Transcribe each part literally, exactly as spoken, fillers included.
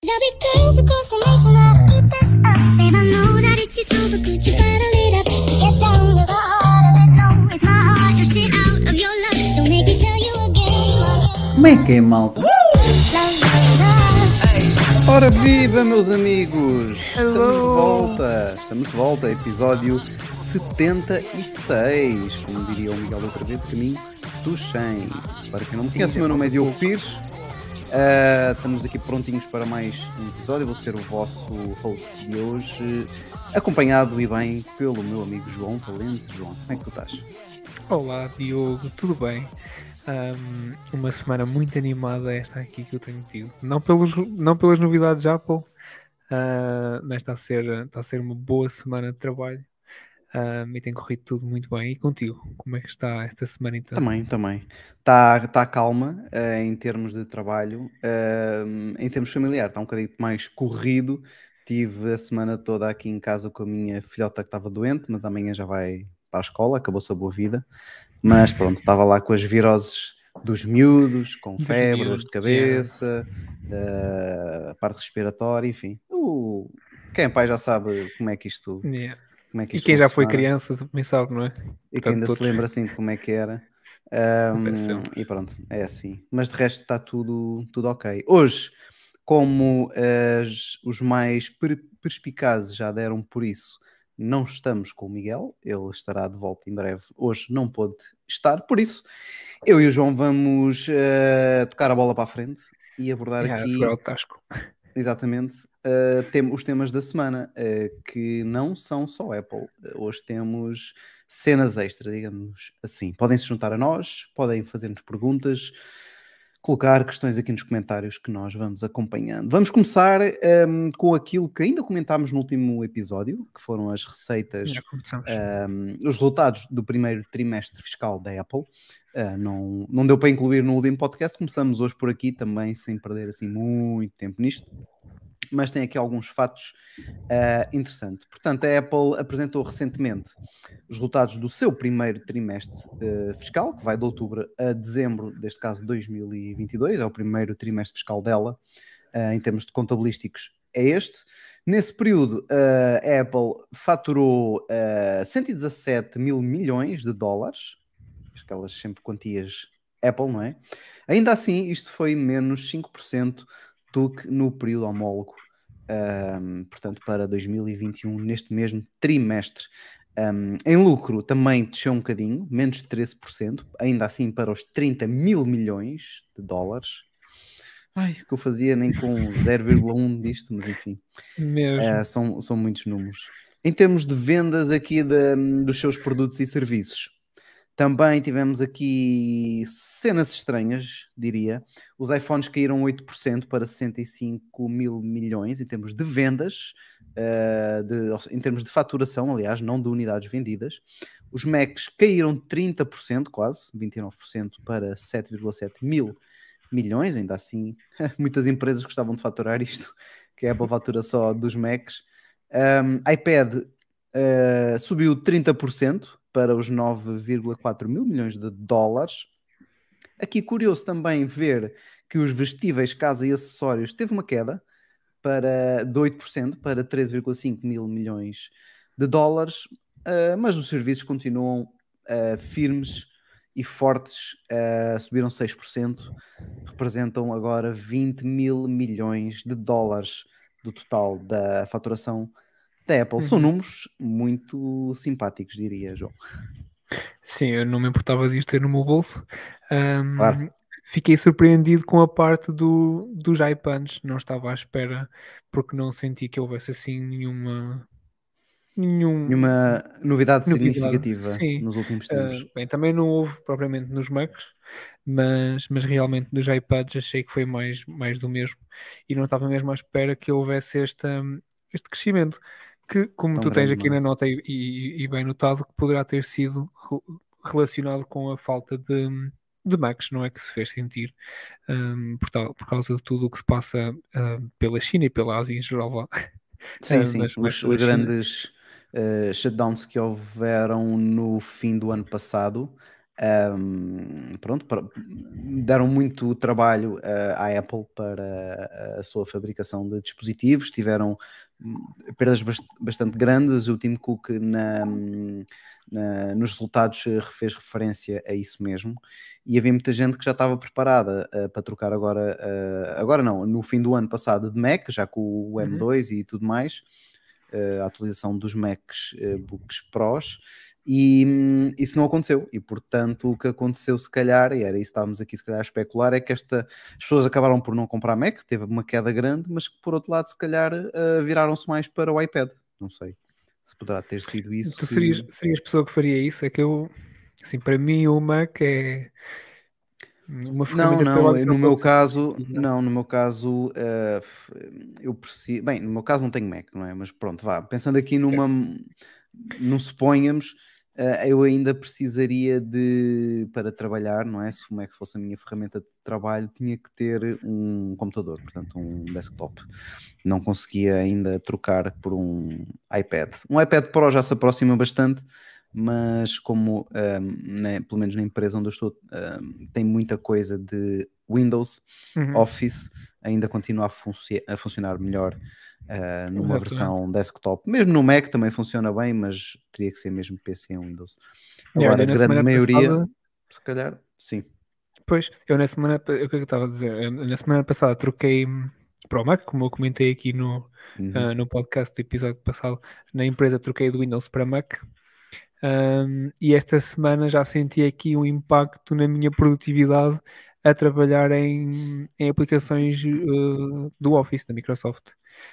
There'll be girls across the nation that'll eat this up. Babe, I know that it's your soul, but could you bottle it up? Get down to the heart of it. No, it's my heart. Your shit out of your love. Don't make me tell you again. Como é que é, malta? Ora viva, meus amigos! Estamos de volta! Estamos de volta, episódio setenta e seis, como diria o Miguel outra vez, caminho dos cem. Para quem não me conhece, o meu nome é Diogo Pires. Uh, estamos aqui prontinhos para mais um episódio. Eu vou ser o vosso host de hoje, acompanhado e bem pelo meu amigo João Valente. João, como é que tu estás? Olá, Diogo, tudo bem? Um, uma semana muito animada esta aqui que eu tenho tido. Não, pelos, não pelas novidades da Apple, uh, mas está a, ser, está a ser uma boa semana de trabalho. Um, e tem corrido tudo muito bem. E contigo, como é que está esta semana então? Também, também. Está tá calma uh, em termos de trabalho, uh, em termos familiar, está um bocadinho mais corrido. Tive a semana toda aqui em casa com a minha filhota que estava doente, mas amanhã já vai para a escola, acabou-se a boa vida. Mas pronto, estava lá com as viroses dos miúdos, com Dos febre, miúdos, dores de cabeça, uh, a parte respiratória, enfim. Uh, quem é pai já sabe como é que isto... Yeah. Como é que E isto quem já foi funciona. criança também sabe, não é? E Portanto, que ainda todos... se lembra assim de como é que era. Um, e pronto, é assim. Mas de resto está tudo, tudo ok. Hoje, como as, os mais per, perspicazes já deram por isso, não estamos com o Miguel. Ele estará de volta em breve. Hoje não pôde estar. Por isso, eu e o João vamos uh, tocar a bola para a frente e abordar yeah, aqui... o tasco. Exatamente, uh, tem, os temas da semana, uh, que não são só Apple. Uh, hoje temos cenas extra, digamos assim. Podem se juntar a nós, podem fazer-nos perguntas, colocar questões aqui nos comentários que nós vamos acompanhando. Vamos começar um, com aquilo que ainda comentámos no último episódio, que foram as receitas, um, os resultados do primeiro trimestre fiscal da Apple. Uh, não, não deu para incluir no último podcast. Começamos hoje por aqui também, sem perder assim muito tempo nisto, mas tem aqui alguns fatos uh, interessantes. Portanto, a Apple apresentou recentemente os resultados do seu primeiro trimestre uh, fiscal, que vai de outubro a dezembro, deste caso dois mil e vinte e dois, é o primeiro trimestre fiscal dela, uh, em termos de contabilísticos é este. Nesse período, uh, a Apple faturou uh, cento e dezassete mil milhões de dólares, aquelas sempre quantias Apple, não é? Ainda assim, isto foi menos cinco por cento do que no período homólogo, um, portanto, para dois mil e vinte e um, neste mesmo trimestre. Um, em lucro também desceu um bocadinho, menos de treze por cento, ainda assim para os trinta mil milhões de dólares. Ai, o que eu fazia nem com zero vírgula um disto, mas enfim, uh, são, são muitos números. Em termos de vendas aqui de, dos seus produtos e serviços, também tivemos aqui cenas estranhas, diria. Os iPhones caíram oito por cento para sessenta e cinco mil milhões em termos de vendas, uh, de, em termos de faturação, aliás, não de unidades vendidas. Os Macs caíram trinta por cento, quase, vinte e nove por cento para sete vírgula sete mil milhões. Ainda assim, muitas empresas gostavam de faturar isto, que a Apple fatura só dos Macs. Um, iPad uh, subiu trinta por cento para os nove vírgula quatro mil milhões de dólares. Aqui curioso também ver que os vestíveis, casa e acessórios teve uma queda para, de oito por cento para treze vírgula cinco mil milhões de dólares, uh, mas os serviços continuam uh, firmes e fortes, uh, subiram seis por cento, representam agora vinte mil milhões de dólares do total da faturação da Apple. São uhum. números muito simpáticos, diria, João. Sim, eu não me importava disto ter no meu bolso. Um, claro. Fiquei surpreendido com a parte do, dos iPads. Não estava à espera, porque não senti que houvesse assim nenhuma... Nenhum... Nenhuma novidade, novidade significativa Sim. nos últimos tempos. Uh, bem, também não houve propriamente nos Macs, mas, mas realmente nos iPads achei que foi mais, mais do mesmo. E não estava mesmo à espera que houvesse esta, este crescimento. Que, como Tão tu grande, tens aqui não? na nota e, e, e bem notado, que poderá ter sido relacionado com a falta de, de Macs, não é, que se fez sentir um, por, tal, por causa de tudo o que se passa uh, pela China e pela Ásia em geral lá. Sim, uh, sim, mas, os mas grandes uh, shutdowns que houveram no fim do ano passado Um, pronto, para, deram muito trabalho uh, à Apple para a sua fabricação de dispositivos, tiveram perdas bast bastante grandes. O Tim Cook na, na, nos resultados fez referência a isso mesmo, e havia muita gente que já estava preparada uh, para trocar agora, uh, agora não, no fim do ano passado de Mac, já com o M dois uhum. e tudo mais, uh, a atualização dos Macs uh, Books Pros. E hum, isso não aconteceu, e portanto o que aconteceu se calhar, e era isso que estávamos aqui se calhar a especular, é que esta, as pessoas acabaram por não comprar Mac, teve uma queda grande, mas que por outro lado se calhar uh, viraram-se mais para o iPad. Não sei se poderá ter sido isso. Tu que... serias, serias pessoa que faria isso? É que eu, assim, para mim o Mac é uma ferramenta não, de trabalho. não, no meu caso, não, no meu caso, uh, eu preciso, bem, no meu caso não tenho Mac, não é? Mas pronto, vá, pensando aqui numa, não suponhamos, Uh, eu ainda precisaria de, para trabalhar, não é? Se o Mac fosse a minha ferramenta de trabalho, tinha que ter um computador, portanto um desktop. Não conseguia ainda trocar por um iPad. Um iPad Pro já se aproxima bastante, mas como, um, né, pelo menos na empresa onde eu estou, um, tem muita coisa de Windows, uhum. Office, ainda continua a, funci a funcionar melhor Uh, numa Exatamente. Versão desktop. Mesmo no Mac também funciona bem, mas teria que ser mesmo P C em Windows. Agora, a grande maioria, passada... se calhar, sim. Pois, eu na semana, o que é que eu estava a dizer? Eu, na semana passada troquei para o Mac, como eu comentei aqui no, uhum. uh, no podcast do episódio passado, na empresa troquei do Windows para Mac. Um, e esta semana já senti aqui um impacto na minha produtividade a trabalhar em, em aplicações uh, do Office, da Microsoft.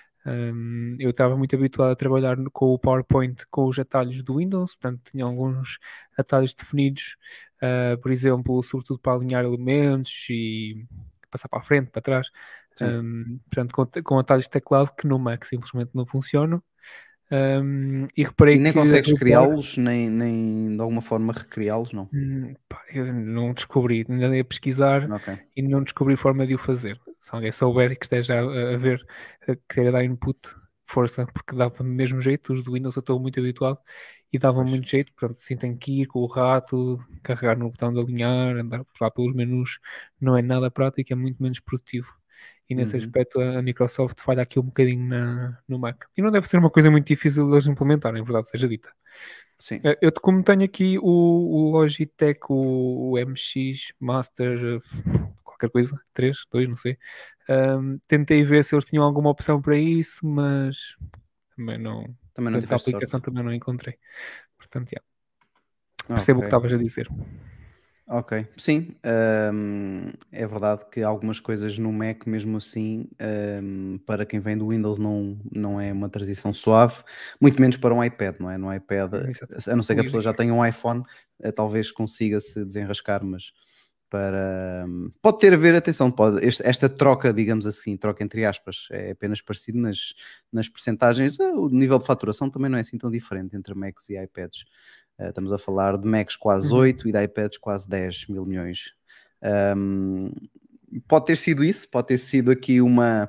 Um, eu estava muito habituado a trabalhar com o PowerPoint com os atalhos do Windows, portanto tinha alguns atalhos definidos, uh, por exemplo, sobretudo para alinhar elementos e passar para a frente, para trás, um, portanto com, com atalhos de teclado que no Mac simplesmente não funcionam. Um, e reparei e nem que consegues criá-los, nem, nem de alguma forma recriá-los, não? Hum, pá, eu não descobri, ainda andei a pesquisar okay. e não descobri forma de o fazer. Se alguém souber e que esteja a, a ver, a querer dar input, força, porque dava-me mesmo jeito. Os do Windows eu estou muito habituado e dava muito jeito. Portanto, assim tenho que ir com o rato, carregar no botão de alinhar, andar lá pelos menus, não é nada prático, é muito menos produtivo. E nesse uhum. aspecto a Microsoft falha aqui um bocadinho na, no Mac. E não deve ser uma coisa muito difícil de eles implementarem, em verdade seja dita. Sim. Eu, como tenho aqui o, o Logitech, o, o M X Master, qualquer coisa, três, dois, não sei, um, tentei ver se eles tinham alguma opção para isso, mas também não. Também não a aplicação sorte. também não encontrei. Portanto, yeah. Percebo okay. o que estavas a dizer. Ok, sim, um, é verdade que algumas coisas no Mac, mesmo assim, um, para quem vem do Windows não, não é uma transição suave, muito menos para um iPad, não é? No iPad, Exato. A não ser que a pessoa já tenha um iPhone, talvez consiga se desenrascar, mas para... Pode ter a ver, atenção, pode, esta troca, digamos assim, troca entre aspas, é apenas parecido nas, nas percentagens, o nível de faturação também não é assim tão diferente entre Macs e iPads. Uh, estamos a falar de Macs quase oito uhum. e de iPads quase dez mil milhões. Um, pode ter sido isso, pode ter sido aqui uma,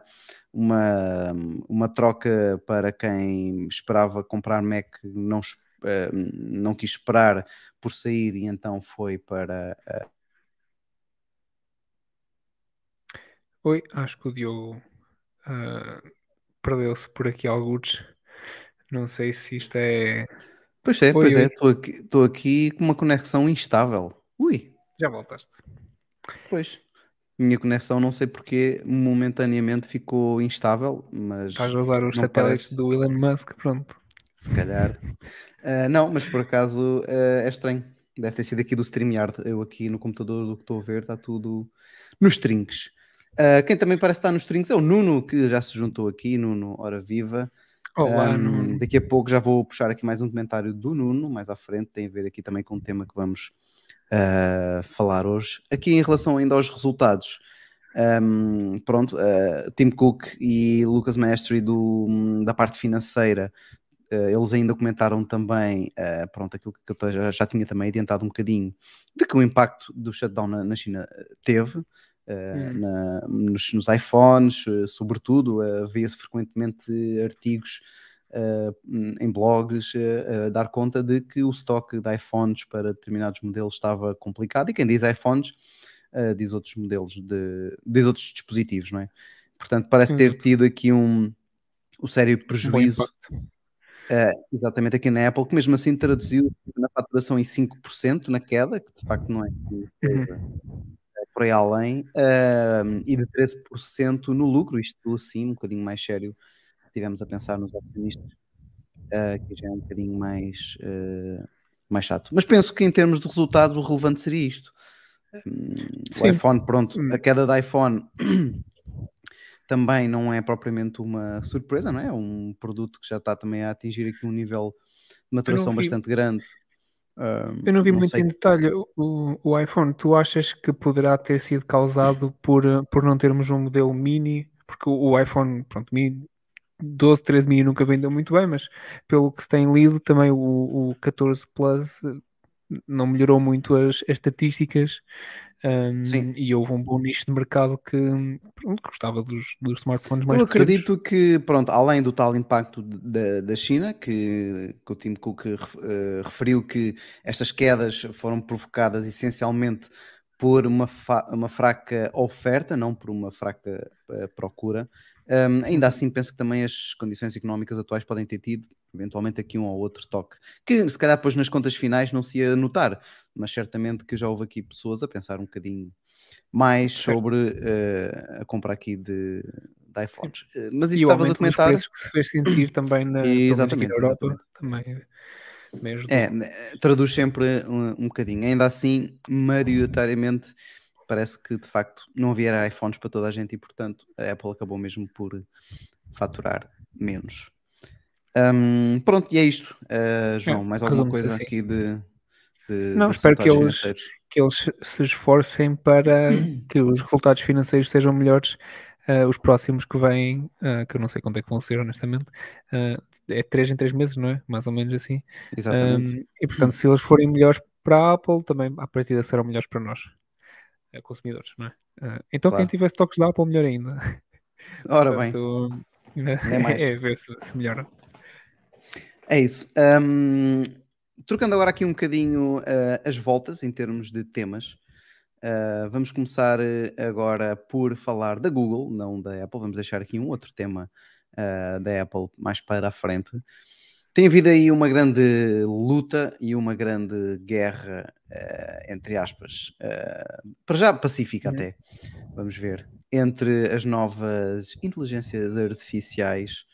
uma, uma troca para quem esperava comprar Mac, não, uh, não quis esperar por sair e então foi para... Uh... Oi, acho que o Diogo uh, perdeu-se por aqui alguns. Não sei se isto é... Pois é, oi, pois oi. é, estou aqui, estou aqui com uma conexão instável. Ui. Já voltaste. Pois. Minha conexão, não sei porque, momentaneamente ficou instável, mas... Estás a usar os satélites parece... do Elon Musk, pronto. Se calhar. uh, não, mas por acaso uh, é estranho. Deve ter sido aqui do StreamYard. Eu aqui no computador do que estou a ver está tudo nos trinques. Uh, quem também parece estar nos trinques é o Nuno, que já se juntou aqui. Nuno, ora viva. Olá, um, Nuno. Daqui a pouco já vou puxar aqui mais um comentário do Nuno, mais à frente, tem a ver aqui também com o tema que vamos uh, falar hoje. Aqui em relação ainda aos resultados, um, pronto, uh, Tim Cook e Lucas Maestri do, da parte financeira, uh, eles ainda comentaram também, uh, pronto, aquilo que eu já, já tinha também adiantado um bocadinho, de que o impacto do shutdown na, na China teve, Uh, hum. na, nos, nos iPhones, uh, sobretudo, uh, vê-se frequentemente artigos uh, em blogs uh, a dar conta de que o estoque de iPhones para determinados modelos estava complicado, e quem diz iPhones uh, diz outros modelos, de, diz outros dispositivos, não é? Portanto, parece ter Exato. tido aqui um, um sério Um bom prejuízo, impacto. uh, exatamente aqui na Apple, que mesmo assim traduziu na faturação em cinco por cento na queda, que de facto não é que seja Uhum. por aí além, uh, e de treze por cento no lucro, isto sim, um bocadinho mais sério. Tivemos a pensar nos acionistas, uh, que já é um bocadinho mais, uh, mais chato. Mas penso que em termos de resultados o relevante seria isto. Um, o Sim. iPhone, pronto, Hum. a queda do iPhone também não é propriamente uma surpresa, não é? É um produto que já está também a atingir aqui um nível de Eu não maturação vi, bastante grande. Um, eu não vi não muito sei. em detalhe o, o- o iPhone. Tu achas que poderá ter sido causado por, eh, por não termos um modelo mini? Porque o, o iPhone, pronto, mini, doze, treze mini nunca vendeu muito bem, mas pelo que se tem lido, também o, o catorze Plus eh, não melhorou muito as, as estatísticas. Um, Sim. e houve um bom nicho de mercado que, pronto, que gostava dos, dos smartphones mais Eu pequenos. acredito que, pronto, além do tal impacto da, da China, que, que o Tim Cook uh, referiu que estas quedas foram provocadas essencialmente por uma, fa uma fraca oferta, não por uma fraca uh, procura. Um, ainda assim, penso que também as condições económicas atuais podem ter tido, eventualmente, aqui um ou outro toque, que se calhar depois nas contas finais não se ia notar, mas certamente que já houve aqui pessoas a pensar um bocadinho mais Certo. sobre uh, a compra aqui de, de iPhones. Uh, mas isso E o estavas a aumento dos comentar. preços que se fez sentir também, na, pelo menos aqui na Exatamente, Europa, exatamente. também, também ajudou. É, né, traduz sempre um, um bocadinho. Ainda assim, maioritariamente, parece que de facto não havia iPhones para toda a gente e, portanto, a Apple acabou mesmo por faturar menos. Um, pronto, e é isto. Uh, João, É, mais alguma resume-se coisa assim. aqui de, de, Não, de espero que resultados eles, financeiros? que eles se esforcem para que os resultados financeiros sejam melhores. Uh, os próximos que vêm, uh, que eu não sei quando é que vão ser, honestamente, uh, é três em três meses, não é? Mais ou menos assim. Exatamente. Um, e portanto, se eles forem melhores para a Apple, também à partida serão melhores para nós, uh, consumidores, não é? Uh, então, quem Claro. tivesse toques da Apple, melhor ainda. Ora bem, Portanto, nem mais. é ver se, se melhora. É isso. Um, trocando agora aqui um bocadinho uh, as voltas em termos de temas, uh, vamos começar agora por falar da Google, não da Apple. Vamos deixar aqui um outro tema uh, da Apple mais para a frente. Tem havido aí uma grande luta e uma grande guerra, uh, entre aspas, uh, para já pacífica Uhum. até, vamos ver, entre as novas inteligências artificiais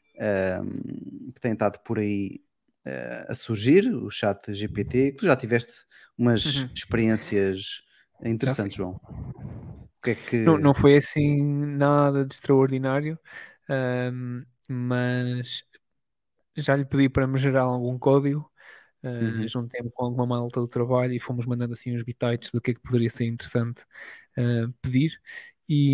um, que têm estado por aí uh, a surgir, o chat G P T, que tu já tiveste umas Uhum. experiências interessantes, Já sim. João. O que é que... Não, não foi assim nada de extraordinário, um, mas já lhe pedi para me gerar algum código, uh, Uhum. juntei-me com alguma malta do trabalho e fomos mandando assim uns bitites do que é que poderia ser interessante uh, pedir, e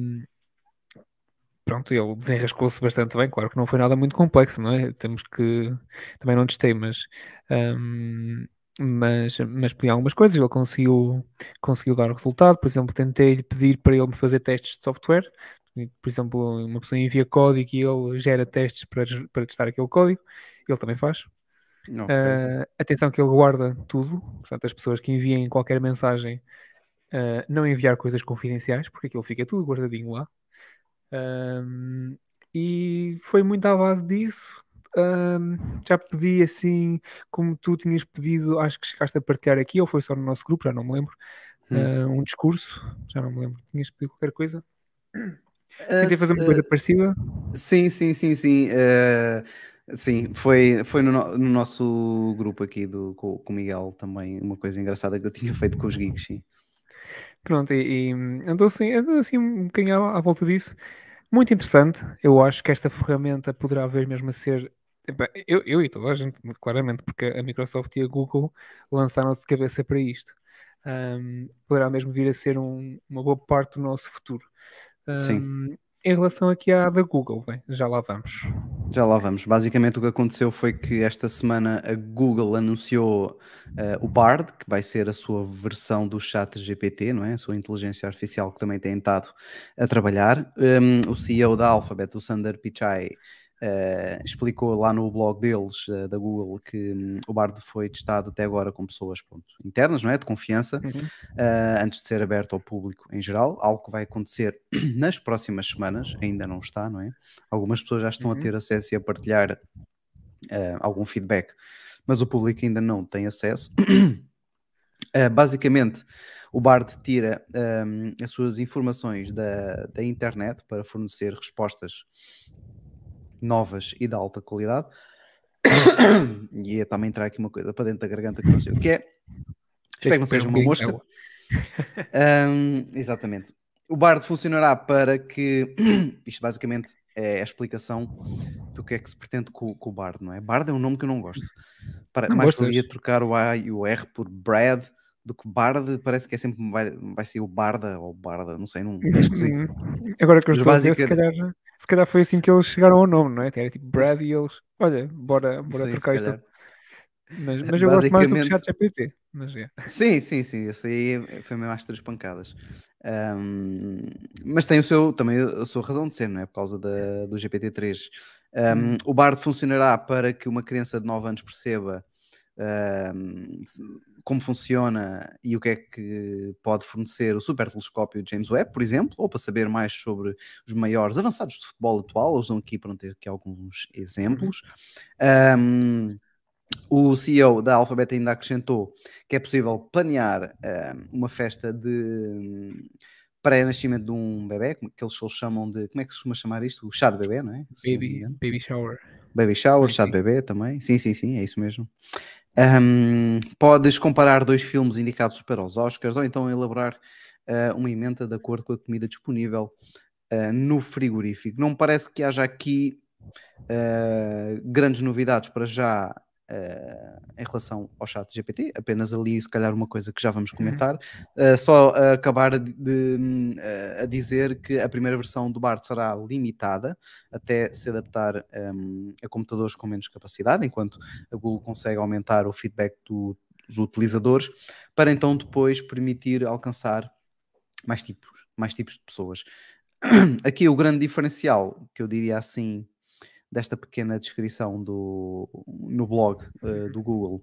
pronto, ele desenrascou-se bastante bem. Claro que não foi nada muito complexo, não é? Temos que, também não testei, mas um, mas, mas pedi algumas coisas, ele conseguiu, conseguiu dar o resultado. Por exemplo, tentei pedir para ele me fazer testes de software. Por exemplo, uma pessoa envia código e ele gera testes para, para testar aquele código, ele também faz. Ok. Uh, atenção que ele guarda tudo, portanto, as pessoas que enviem qualquer mensagem, uh, não enviar coisas confidenciais, porque aquilo fica tudo guardadinho lá. Um, e foi muito à base disso. Um, já pedi assim, como tu tinhas pedido, acho que chegaste a partilhar aqui, ou foi só no nosso grupo, já não me lembro. Hum. Uh, um discurso, já não me lembro. Tinhas pedido qualquer coisa? Uh, Tentei fazer uma coisa uh, parecida. sim, sim, sim, sim. Uh, sim, foi, foi no, no, no nosso grupo aqui do, com, com o Miguel também uma coisa engraçada que eu tinha feito com os geeks, sim. Pronto, e, e andou assim, andou assim um bocadinho à, à volta disso. Muito interessante. Eu acho que esta ferramenta poderá vir mesmo a ser. Eu, eu e toda a gente, claramente, porque a Microsoft e a Google lançaram-se de cabeça para isto. Um, poderá mesmo vir a ser um, uma boa parte do nosso futuro. Um, em relação aqui à da Google, bem, já lá vamos. Já lá vamos. Basicamente o que aconteceu foi que esta semana a Google anunciou uh, o Bard, que vai ser a sua versão do chat G P T, não é? A sua inteligência artificial que também tem estado a trabalhar. Um, o C E O da Alphabet, o Sundar Pichai, uh, explicou lá no blog deles, uh, da Google, que um, o Bard foi testado até agora com pessoas pronto, internas, não é? De confiança, Uhum. uh, antes de ser aberto ao público em geral, algo que vai acontecer nas próximas semanas, ainda não está, não é? Algumas pessoas já estão Uhum. a ter acesso e a partilhar uh, algum feedback, mas o público ainda não tem acesso. Uh, basicamente, o Bard tira um, as suas informações da, da internet para fornecer respostas novas e de alta qualidade. E ia também entrar aqui uma coisa para dentro da garganta que não sei o que é. Espero que não seja uma mosca. Um, exatamente. O Bard funcionará para que... Isto basicamente é a explicação do que é que se pretende com, com o Bard, não é? Bard é um nome que eu não gosto. Para, Não mais gostas? valia trocar o A e o R por Brad do que Bard. Parece que é sempre vai, vai ser o Barda ou Barda, não sei, não é esquisito. Agora que eu Mas estou a ver, basica- se calhar, se calhar foi assim que eles chegaram ao nome, não é? Era tipo Brad e eles, olha, bora, bora Sim, se trocar isto. calhar. Mas, mas eu gosto mais do que Basicamente- chat G P T. Mas é. Sim, sim, sim, esse aí foi mesmo às três pancadas. Um, mas tem o seu, também a sua razão de ser, não é? Por causa da, do G P T três. Um, Hum. O Bard funcionará para que uma criança de nove anos perceba um, como funciona e o que é que pode fornecer o super telescópio James Webb, por exemplo, ou para saber mais sobre os maiores avançados de futebol atual. Eles dão aqui para ter aqui alguns exemplos. Um, O C E O da Alphabet ainda acrescentou que é possível planear uh, uma festa de um, pré-nascimento de um bebê, que eles, eles chamam de, como é que se costuma chamar isto? O chá de bebê, não é? Se não me Baby, engano. baby shower. Baby shower, Sim, chá de sim. bebê também. Sim, sim, sim, é isso mesmo. Um, podes comparar dois filmes indicados para os Oscars ou então elaborar uh, uma emenda de acordo com a comida disponível uh, no frigorífico. Não me parece que haja aqui uh, grandes novidades para já uh, em relação ao chat G P T, apenas ali se calhar uma coisa que já vamos comentar. Uh, só uh, acabar de, de, uh, a dizer que a primeira versão do Bard será limitada até se adaptar um, a computadores com menos capacidade, enquanto a Google consegue aumentar o feedback do, dos utilizadores, para então depois permitir alcançar mais tipos, mais tipos de pessoas. Aqui o grande diferencial, que eu diria assim, desta pequena descrição do, no blog uh, do Google,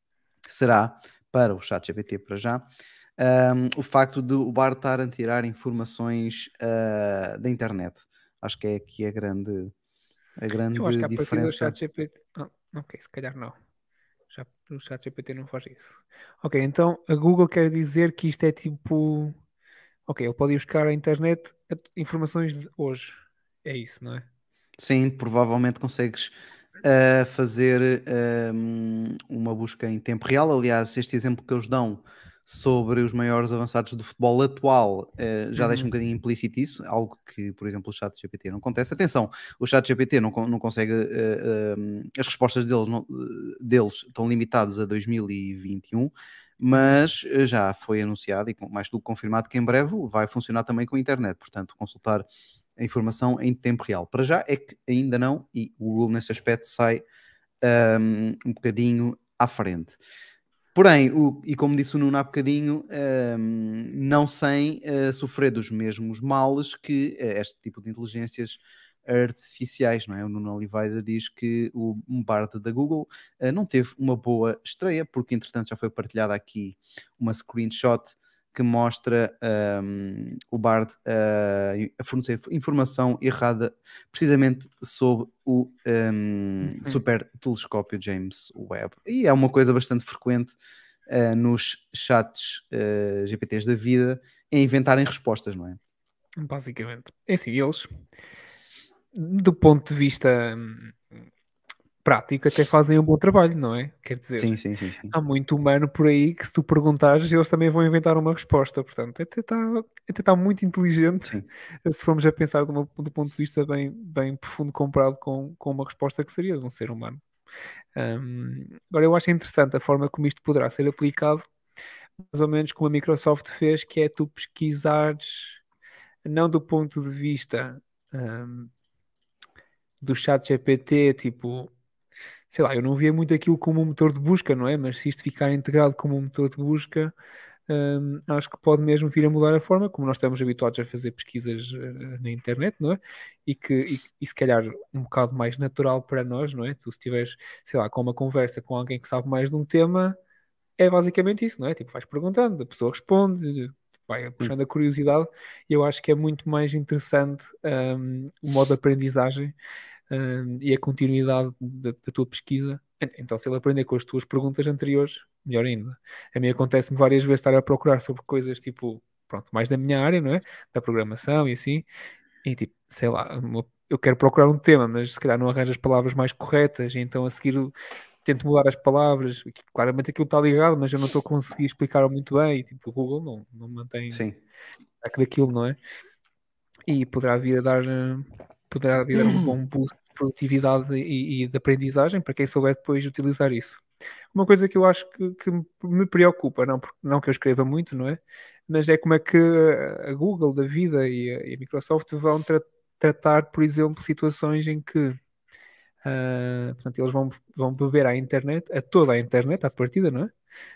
será, para o chat G P T para já, um, o facto de o Bard estar a tirar informações uh, da internet. Acho que é aqui a grande, a grande Eu acho que a partir do diferença. chat G P T... Ah, ok, se calhar não. Já, o chat G P T não faz isso. Ok, então a Google quer dizer que isto é tipo... Ok, ele pode ir buscar a internet informações de hoje. É isso, não é? Sim, provavelmente consegues uh, fazer um, uma busca em tempo real. Aliás, este exemplo que eles dão sobre os maiores avançados do futebol atual uh, já Uhum. deixa um bocadinho implícito isso, algo que, por exemplo, o chat G P T não acontece. Atenção, o chat G P T não, não consegue, uh, uh, as respostas deles, não, deles estão limitadas a dois mil e vinte e um, mas já foi anunciado e mais do que confirmado que em breve vai funcionar também com a internet, portanto consultar a informação em tempo real. Para já é que ainda não, e o Google nesse aspecto sai um, um bocadinho à frente. Porém, o, e como disse o Nuno há bocadinho, um, não sem uh, sofrer dos mesmos males que uh, este tipo de inteligências artificiais, não é? O Nuno Oliveira diz que o Bard da Google uh, não teve uma boa estreia, porque entretanto já foi partilhada aqui uma screenshot que mostra um, o Bard uh, a fornecer informação errada precisamente sobre o um, Uhum. super telescópio James Webb. E é uma coisa bastante frequente uh, nos chats uh, G P Ts da vida em inventarem respostas, não é? Basicamente. É assim, eles, do ponto de vista hum, prático, até fazem um bom trabalho, não é? Quer dizer, Sim, sim, sim, sim. há muito humano por aí que se tu perguntares, eles também vão inventar uma resposta. Portanto, até está até tá muito inteligente, Sim. se formos a pensar de uma, do ponto de vista bem, bem profundo comparado com, com uma resposta que seria de um ser humano. Um, agora, eu acho interessante a forma como isto poderá ser aplicado, mais ou menos como a Microsoft fez, que é tu pesquisares, não do ponto de vista um, do chat G P T, tipo, sei lá, eu não via muito aquilo como um motor de busca, não é? Mas se isto ficar integrado como um motor de busca, hum, acho que pode mesmo vir a mudar a forma como nós estamos habituados a fazer pesquisas uh, na internet, não é? E que e, e se calhar um bocado mais natural para nós, não é? Tu se estiveres, sei lá, com uma conversa com alguém que sabe mais de um tema, é basicamente isso, não é? Tipo, vais perguntando, a pessoa responde, vai puxando a curiosidade, e eu acho que é muito mais interessante um, o modo de aprendizagem um, e a continuidade da, da tua pesquisa. Então, se ele aprender com as tuas perguntas anteriores, melhor ainda. A mim acontece-me várias vezes estar a procurar sobre coisas tipo, pronto, mais da minha área, não é? Da programação e assim, e tipo, sei lá, eu quero procurar um tema, mas se calhar não arranjo as palavras mais corretas, e então a seguir tento mudar as palavras, claramente aquilo está ligado, mas eu não estou a conseguir explicar muito bem, e tipo, o Google não, não mantém Sim. daquilo, não é? E poderá vir a dar, poderá vir a dar um bom boost de produtividade e, e de aprendizagem para quem souber depois utilizar isso. Uma coisa que eu acho que, que me preocupa, não, não que eu escreva muito, não é? Mas é como é que a Google da vida e a, e a Microsoft vão tra tratar, por exemplo, situações em que Uh, portanto, eles vão, vão beber à internet, a toda a internet, à partida, não é?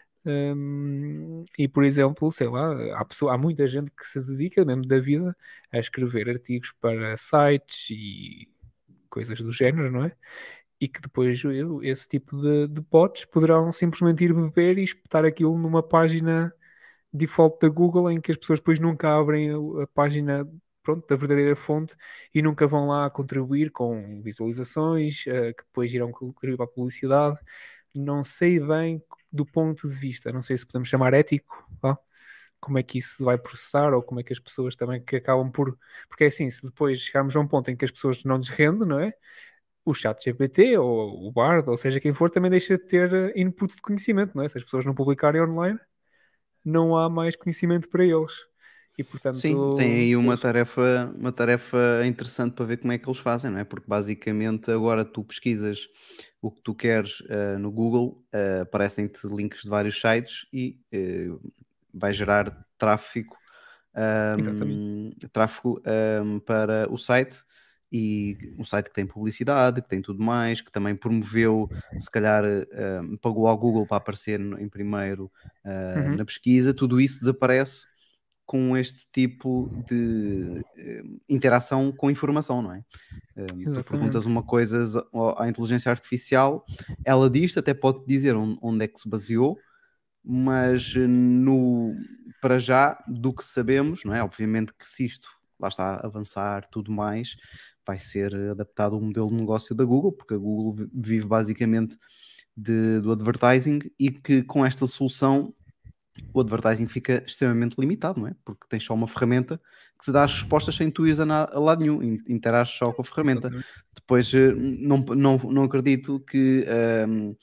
Um, e, por exemplo, sei lá, há, pessoa, há muita gente que se dedica, mesmo da vida, a escrever artigos para sites e coisas do género, não é? E que depois eu, esse tipo de, de bots poderão simplesmente ir beber e espetar aquilo numa página default da Google em que as pessoas depois nunca abrem a, a página, pronto, da verdadeira fonte e nunca vão lá contribuir com visualizações uh, que depois irão contribuir para a publicidade. Não sei bem do ponto de vista, não sei se podemos chamar ético, tá? Como é que isso se vai processar ou como é que as pessoas também que acabam por... Porque é assim, se depois chegarmos a um ponto em que as pessoas não lhes rendem, não é? O chat G P T ou o Bard, ou seja quem for, também deixa de ter input de conhecimento, não é? Se as pessoas não publicarem online, não há mais conhecimento para eles. E, portanto, Sim, tem aí uma tarefa, uma tarefa interessante para ver como é que eles fazem, não é? Porque basicamente agora tu pesquisas o que tu queres uh, no Google, uh, aparecem-te links de vários sites e uh, vai gerar tráfego, um, tráfego um, para o site, e um site que tem publicidade, que tem tudo mais, que também promoveu, se calhar um, pagou ao Google para aparecer em primeiro uh, uhum. na pesquisa. Tudo isso desaparece com este tipo de uh, interação com informação, não é? Um, tu perguntas uma coisa à inteligência artificial, ela diz, até pode dizer onde, onde é que se baseou, mas no, para já, do que sabemos, não é? Obviamente que se isto, lá está, avançar tudo mais, vai ser adaptado ao modelo de negócio da Google, porque a Google vive basicamente de, do advertising, e que com esta solução o advertising fica extremamente limitado, não é? Porque tens só uma ferramenta que te dá as respostas sem tu ires a, na, a lado nenhum, interages só com a ferramenta. Exatamente. Depois, não, não, não acredito que um,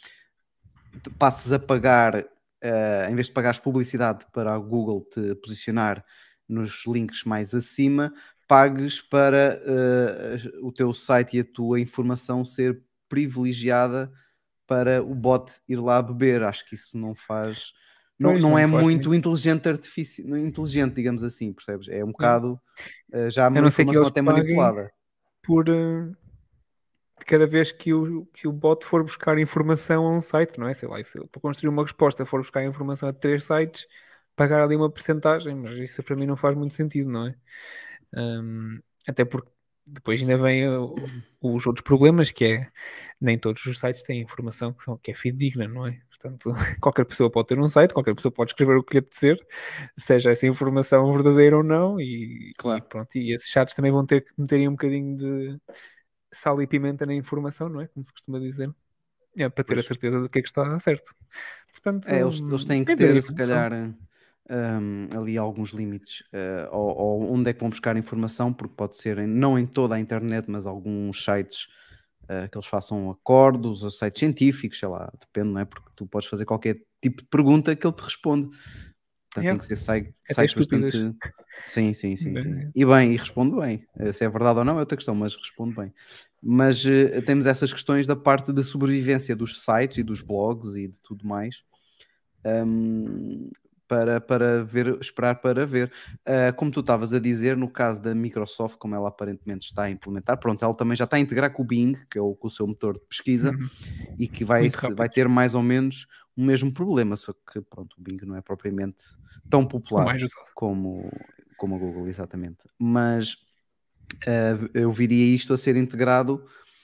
passes a pagar, uh, em vez de pagares publicidade para a Google te posicionar nos links mais acima, pagues para uh, o teu site e a tua informação ser privilegiada para o bot ir lá beber. Acho que isso não faz... Não, não, não é muito inteligente, artificial, inteligente, digamos assim, percebes? É um bocado uh, já uma informação até manipulada. Por uh, cada vez que o, que o bot for buscar informação a um site, não é? Sei lá, se para construir uma resposta for buscar informação a três sites, pagar ali uma percentagem, mas isso para mim não faz muito sentido, não é? Um, até porque depois ainda vem uh, os outros problemas, que é nem todos os sites têm informação que, são, que é fidedigna, não é? Portanto, qualquer pessoa pode ter um site, qualquer pessoa pode escrever o que lhe apetecer, seja essa informação verdadeira ou não, e, claro. e pronto, e esses chats também vão ter que meterem um bocadinho de sal e pimenta na informação, não é? Como se costuma dizer, é, para ter pois. a certeza do que é que está certo. Portanto, é, eles, eles têm que é ter, se calhar... Um, ali alguns limites, uh, ou, ou onde é que vão buscar informação, porque pode ser em, não em toda a internet, mas alguns sites uh, que eles façam acordos, ou sites científicos, sei lá, depende, não é? Porque tu podes fazer qualquer tipo de pergunta que ele te responde. Portanto, é. tem que ser site, sites bastante... Sim, sim, sim, sim. E bem, e responde bem. Se é verdade ou não é outra questão, mas responde bem. Mas uh, temos essas questões da parte de sobrevivência dos sites e dos blogs e de tudo mais. Um, Para, para ver, esperar para ver. Uh, como tu estavas a dizer, no caso da Microsoft, como ela aparentemente está a implementar, pronto, ela também já está a integrar com o Bing, que é o, com o seu motor de pesquisa, uhum. e que vai, se, vai ter mais ou menos o mesmo problema, só que pronto, o Bing não é propriamente tão popular mais usado. como, como a Google, exatamente. Mas uh, eu viria isto a ser integrado,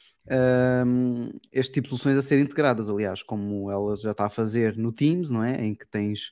um, este tipo de soluções a ser integradas, aliás, como ela já está a fazer no Teams, não é? Em que tens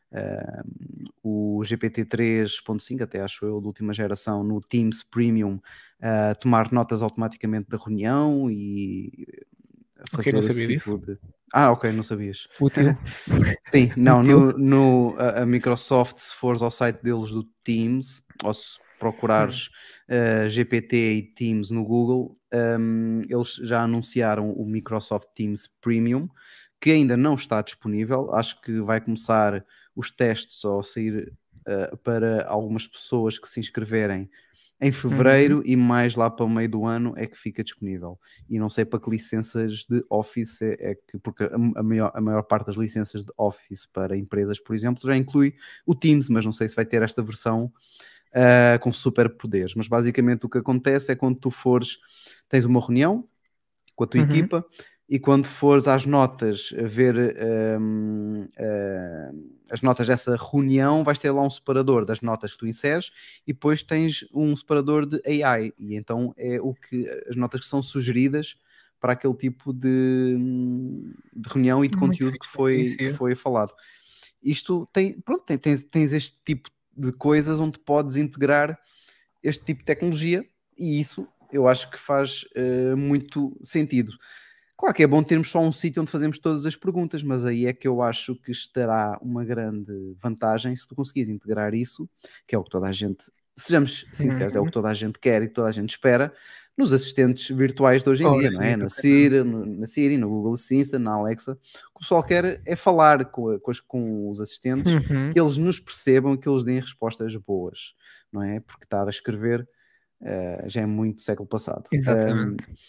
uh, o G P T três ponto cinco, até acho eu, de última geração, no Teams Premium, uh, tomar notas automaticamente da reunião e fazer Ok, não esse sabia tipo disso. de... Ah, ok, não sabias. Útil. Sim, não, Útil. no, no, a, a Microsoft, se fores ao site deles do Teams, ou se procurares uh, G P T e Teams no Google, um, eles já anunciaram o Microsoft Teams Premium, que ainda não está disponível. Acho que vai começar os testes ou sair uh, para algumas pessoas que se inscreverem em fevereiro, uhum. E mais lá para o meio do ano é que fica disponível. E não sei para que licenças de Office é, é que, porque a, a, maior, a maior parte das licenças de Office para empresas, por exemplo, já inclui o Teams, mas não sei se vai ter esta versão uh, com superpoderes. Mas basicamente o que acontece é quando tu fores, tens uma reunião com a tua uhum. equipa, e quando fores às notas a ver um, uh, as notas dessa reunião, vais ter lá um separador das notas que tu inseres e depois tens um separador de A I, e então é o que as notas que são sugeridas para aquele tipo de, de reunião e de Muito conteúdo fixe, que foi, que foi falado. Isto tem, pronto, tem, tens, tens este tipo de coisas onde podes integrar este tipo de tecnologia, e isso eu acho que faz uh, muito sentido. Claro que é bom termos só um sítio onde fazemos todas as perguntas, mas aí é que eu acho que estará uma grande vantagem se tu conseguires integrar isso, que é o que toda a gente, sejamos sinceros, uhum. é o que toda a gente quer e que toda a gente espera, nos assistentes virtuais de hoje em oh, dia, não é? Na Siri, no, na Siri, no Google Assistant, na Alexa. O que o pessoal quer é falar com, com, com os assistentes, uhum. que eles nos percebam, que eles deem respostas boas, não é? Porque estar a escrever uh, já é muito século passado. Exatamente. Um,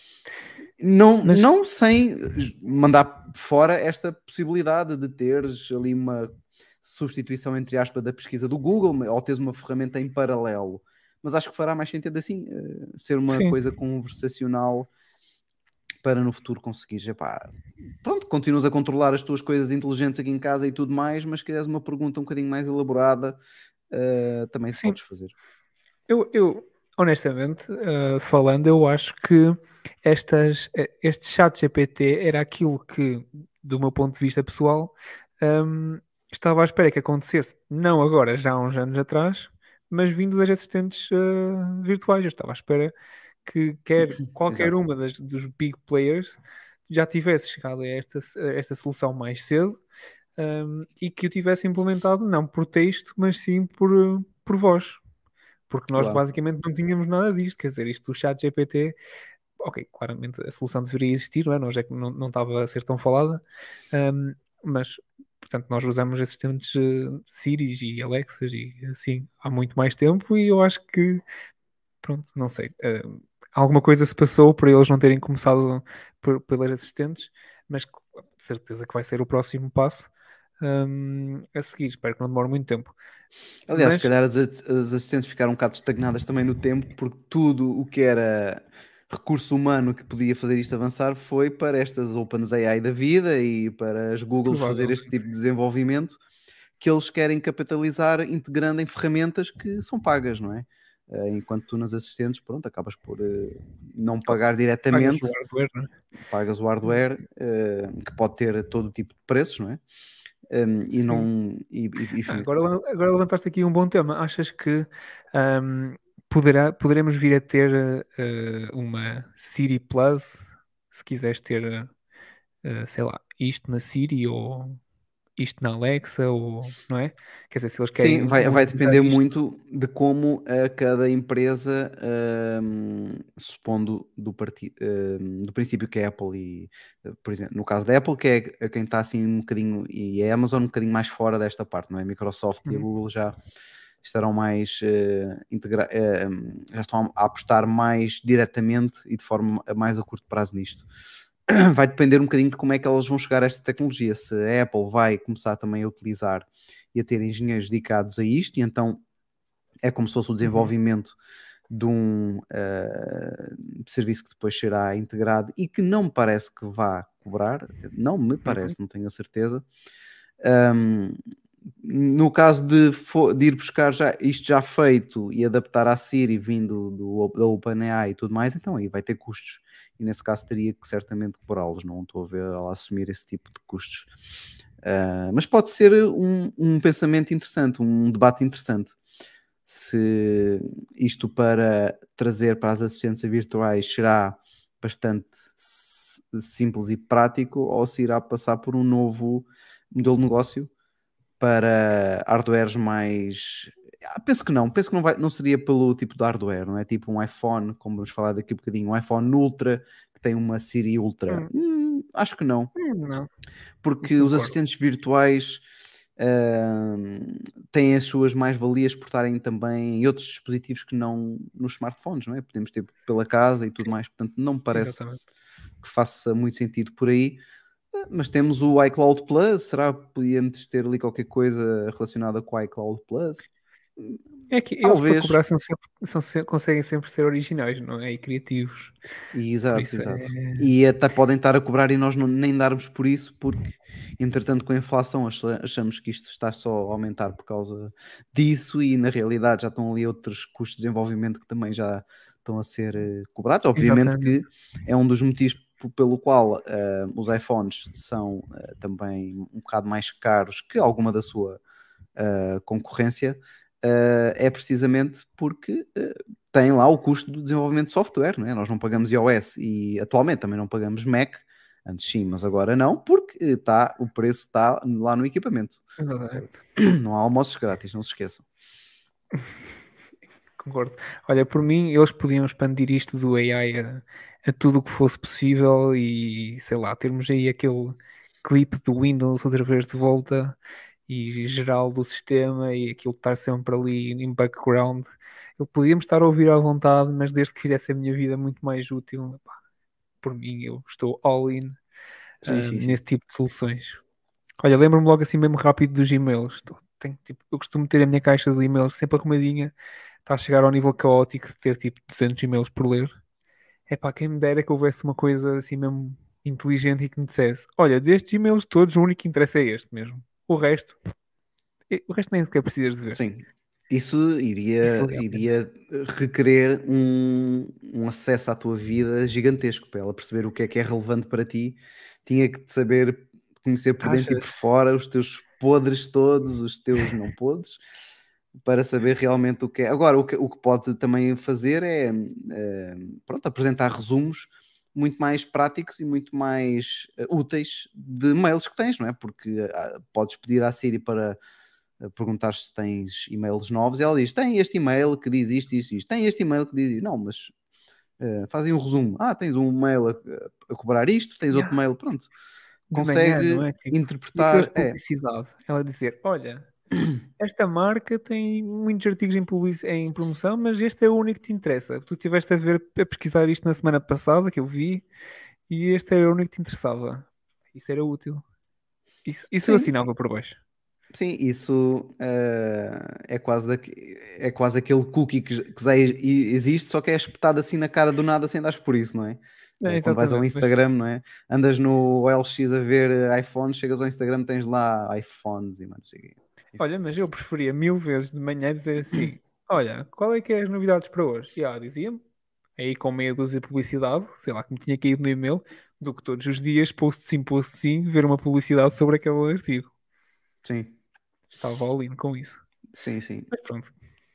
Não, Mas... não sem mandar fora esta possibilidade de teres ali uma substituição, entre aspas, da pesquisa do Google, ou teres uma ferramenta em paralelo. Mas acho que fará mais sentido assim, ser uma Sim. coisa conversacional para no futuro conseguires, epá, pronto, continuas a controlar as tuas coisas inteligentes aqui em casa e tudo mais, mas se quiseres uma pergunta um bocadinho mais elaborada, uh, também Sim. podes fazer. Eu... eu... Honestamente, uh, falando, eu acho que estas, este chat G P T era aquilo que, do meu ponto de vista pessoal, um, estava à espera que acontecesse, não agora, já há uns anos atrás, mas vindo das assistentes uh, virtuais. Eu estava à espera que quer qualquer Exato. uma das, dos big players já tivesse chegado a esta, a esta solução mais cedo um, e que o tivesse implementado, não por texto, mas sim por, por voz. Porque nós claro. basicamente não tínhamos nada disto, quer dizer, isto do chat G P T, ok, claramente a solução deveria existir, não é? Nós é que não, não estava a ser tão falada, um, mas, portanto, nós usamos assistentes uh, Siris e Alexas e assim há muito mais tempo, e eu acho que, pronto, não sei, uh, alguma coisa se passou para eles não terem começado por, pelas assistentes, mas de certeza que vai ser o próximo passo. Um, a seguir, espero que não demore muito tempo. Aliás, Mas... se calhar as, as assistentes ficaram um bocado estagnadas também no tempo, porque tudo o que era recurso humano que podia fazer isto avançar foi para estas OpenAI da vida e para as Googles fazer este tipo de desenvolvimento que eles querem capitalizar integrando em ferramentas que são pagas, não é? Enquanto tu nas assistentes, pronto, acabas por uh, não pagar diretamente, pagas o hardware, não é? Pagas o hardware uh, que pode ter todo tipo de preços, não é? Um, e Sim. não e, e, ah, agora, agora levantaste aqui um bom tema. Achas que um, poderá, poderemos vir a ter uh, uma Siri Plus se quiseres ter uh, sei lá, isto na Siri ou isto na Alexa, ou não é? Quer dizer, se eles querem. Sim, vai, vai depender isto... muito de como a cada empresa, um, supondo do, part... um, do princípio que a Apple e, por exemplo, no caso da Apple, que é quem está assim um bocadinho, e a Amazon um bocadinho mais fora desta parte, não é? A Microsoft hum. e a Google já estarão mais uh, integra... uh, já estão a apostar mais diretamente e de forma mais a curto prazo nisto. Vai depender um bocadinho de como é que elas vão chegar a esta tecnologia. Se a Apple vai começar também a utilizar e a ter engenheiros dedicados a isto, e então é como se fosse o desenvolvimento uhum. de um uh, serviço que depois será integrado e que não me parece que vá cobrar, não me parece, não tenho a certeza. Um, no caso de, de ir buscar já, isto já feito e adaptar à Siri vindo do, da OpenAI e tudo mais, então aí vai ter custos e nesse caso teria que certamente cobrá-los, não estou a ver ela assumir esse tipo de custos. Uh, mas pode ser um, um pensamento interessante, um debate interessante, se isto para trazer para as assistentes virtuais será bastante simples e prático ou se irá passar por um novo modelo de negócio para hardwares mais... Ah, penso que não, penso que não, vai, não seria pelo tipo de hardware, não é tipo um iPhone, como vamos falar daqui a um bocadinho, um iPhone Ultra que tem uma Siri Ultra. Hum. Hum, acho que não. Hum, não. Porque os assistentes virtuais uh, têm as suas mais-valias por estarem também em outros dispositivos que não nos smartphones, não é? Podemos ter pela casa e tudo Sim. mais, portanto não me parece Exatamente. que faça muito sentido por aí. Mas temos o iCloud Plus, será que podíamos ter ali qualquer coisa relacionada com o iCloud Plus? É que eles Talvez. para cobrar são sempre, são sempre, conseguem sempre ser originais, não é? E criativos. Exato, exato. É... E até podem estar a cobrar e nós não, nem darmos por isso, porque entretanto com a inflação achamos que isto está só a aumentar por causa disso e na realidade já estão ali outros custos de desenvolvimento que também já estão a ser cobrados. Obviamente Exatamente. que é um dos motivos pelo qual uh, os iPhones são uh, também um bocado mais caros que alguma da sua uh, concorrência, uh, é precisamente porque uh, tem lá o custo do desenvolvimento de software, não é? Nós não pagamos iOS e atualmente também não pagamos Mac, antes sim, mas agora não, porque tá, o preço está lá no equipamento. Exatamente. Não há almoços grátis, não se esqueçam. Concordo. Olha, por mim, eles podiam expandir isto do A I a, a tudo o que fosse possível e, sei lá, termos aí aquele clipe do Windows outra vez de volta e geral do sistema e aquilo estar sempre ali em background. Ele podíamos estar a ouvir à vontade, mas desde que fizesse a minha vida muito mais útil, pá, por mim, eu estou all in sim, uh, sim, sim. nesse tipo de soluções. Olha, lembro-me logo assim mesmo rápido dos e-mails. Tenho, tipo, eu costumo ter a minha caixa de e-mails sempre arrumadinha. Está a chegar ao nível caótico de ter tipo duzentos e-mails por ler. É pá, quem me dera que houvesse uma coisa assim mesmo inteligente e que me dissesse: olha, destes e-mails todos, o único que interessa é este mesmo. O resto, o resto nem sequer precisas de ver. Sim, isso iria, isso iria requerer um, um acesso à tua vida gigantesco para ela perceber o que é que é relevante para ti. Tinha que te saber conhecer por dentro Achas? e por fora os teus podres todos, os teus não podres. Para saber realmente o que é. Agora, o que, o que pode também fazer é, é pronto, apresentar resumos muito mais práticos e muito mais uh, úteis de mails que tens, não é? Porque uh, podes pedir à Siri para uh, perguntar se tens e-mails novos e ela diz, tem este e-mail que diz isto, isto, isto, tem este e-mail que diz isto. Não, mas uh, fazem um resumo. Ah, tens um e-mail a, a cobrar isto, tens yeah. outro e-mail, pronto. De Consegue manhã, não é? Tipo, interpretar... publicidade. É. Ela dizer, olha... Esta marca tem muitos artigos em, public... em promoção, mas este é o único que te interessa. Tu estiveste a ver, a pesquisar isto na semana passada, que eu vi, e este era o único que te interessava. Isso era útil. Isso, isso eu assinava por baixo. Sim, isso uh, é, quase da... é quase aquele cookie que, que já existe, só que é espetado assim na cara do nada sem dar por isso, não é? É, quando vais ao Instagram, mas... não é? Andas no O L X a ver iPhones, chegas ao Instagram, tens lá iPhones e não sei o quê. Olha, mas eu preferia mil vezes de manhã dizer assim, olha, qual é que é as novidades para hoje? E ela dizia-me, aí com meia dúzia de publicidade, sei lá, que me tinha caído no e-mail, do que todos os dias, post sim, post sim, ver uma publicidade sobre aquele artigo. Sim. Estava all in com isso. Sim, sim. Mas pronto.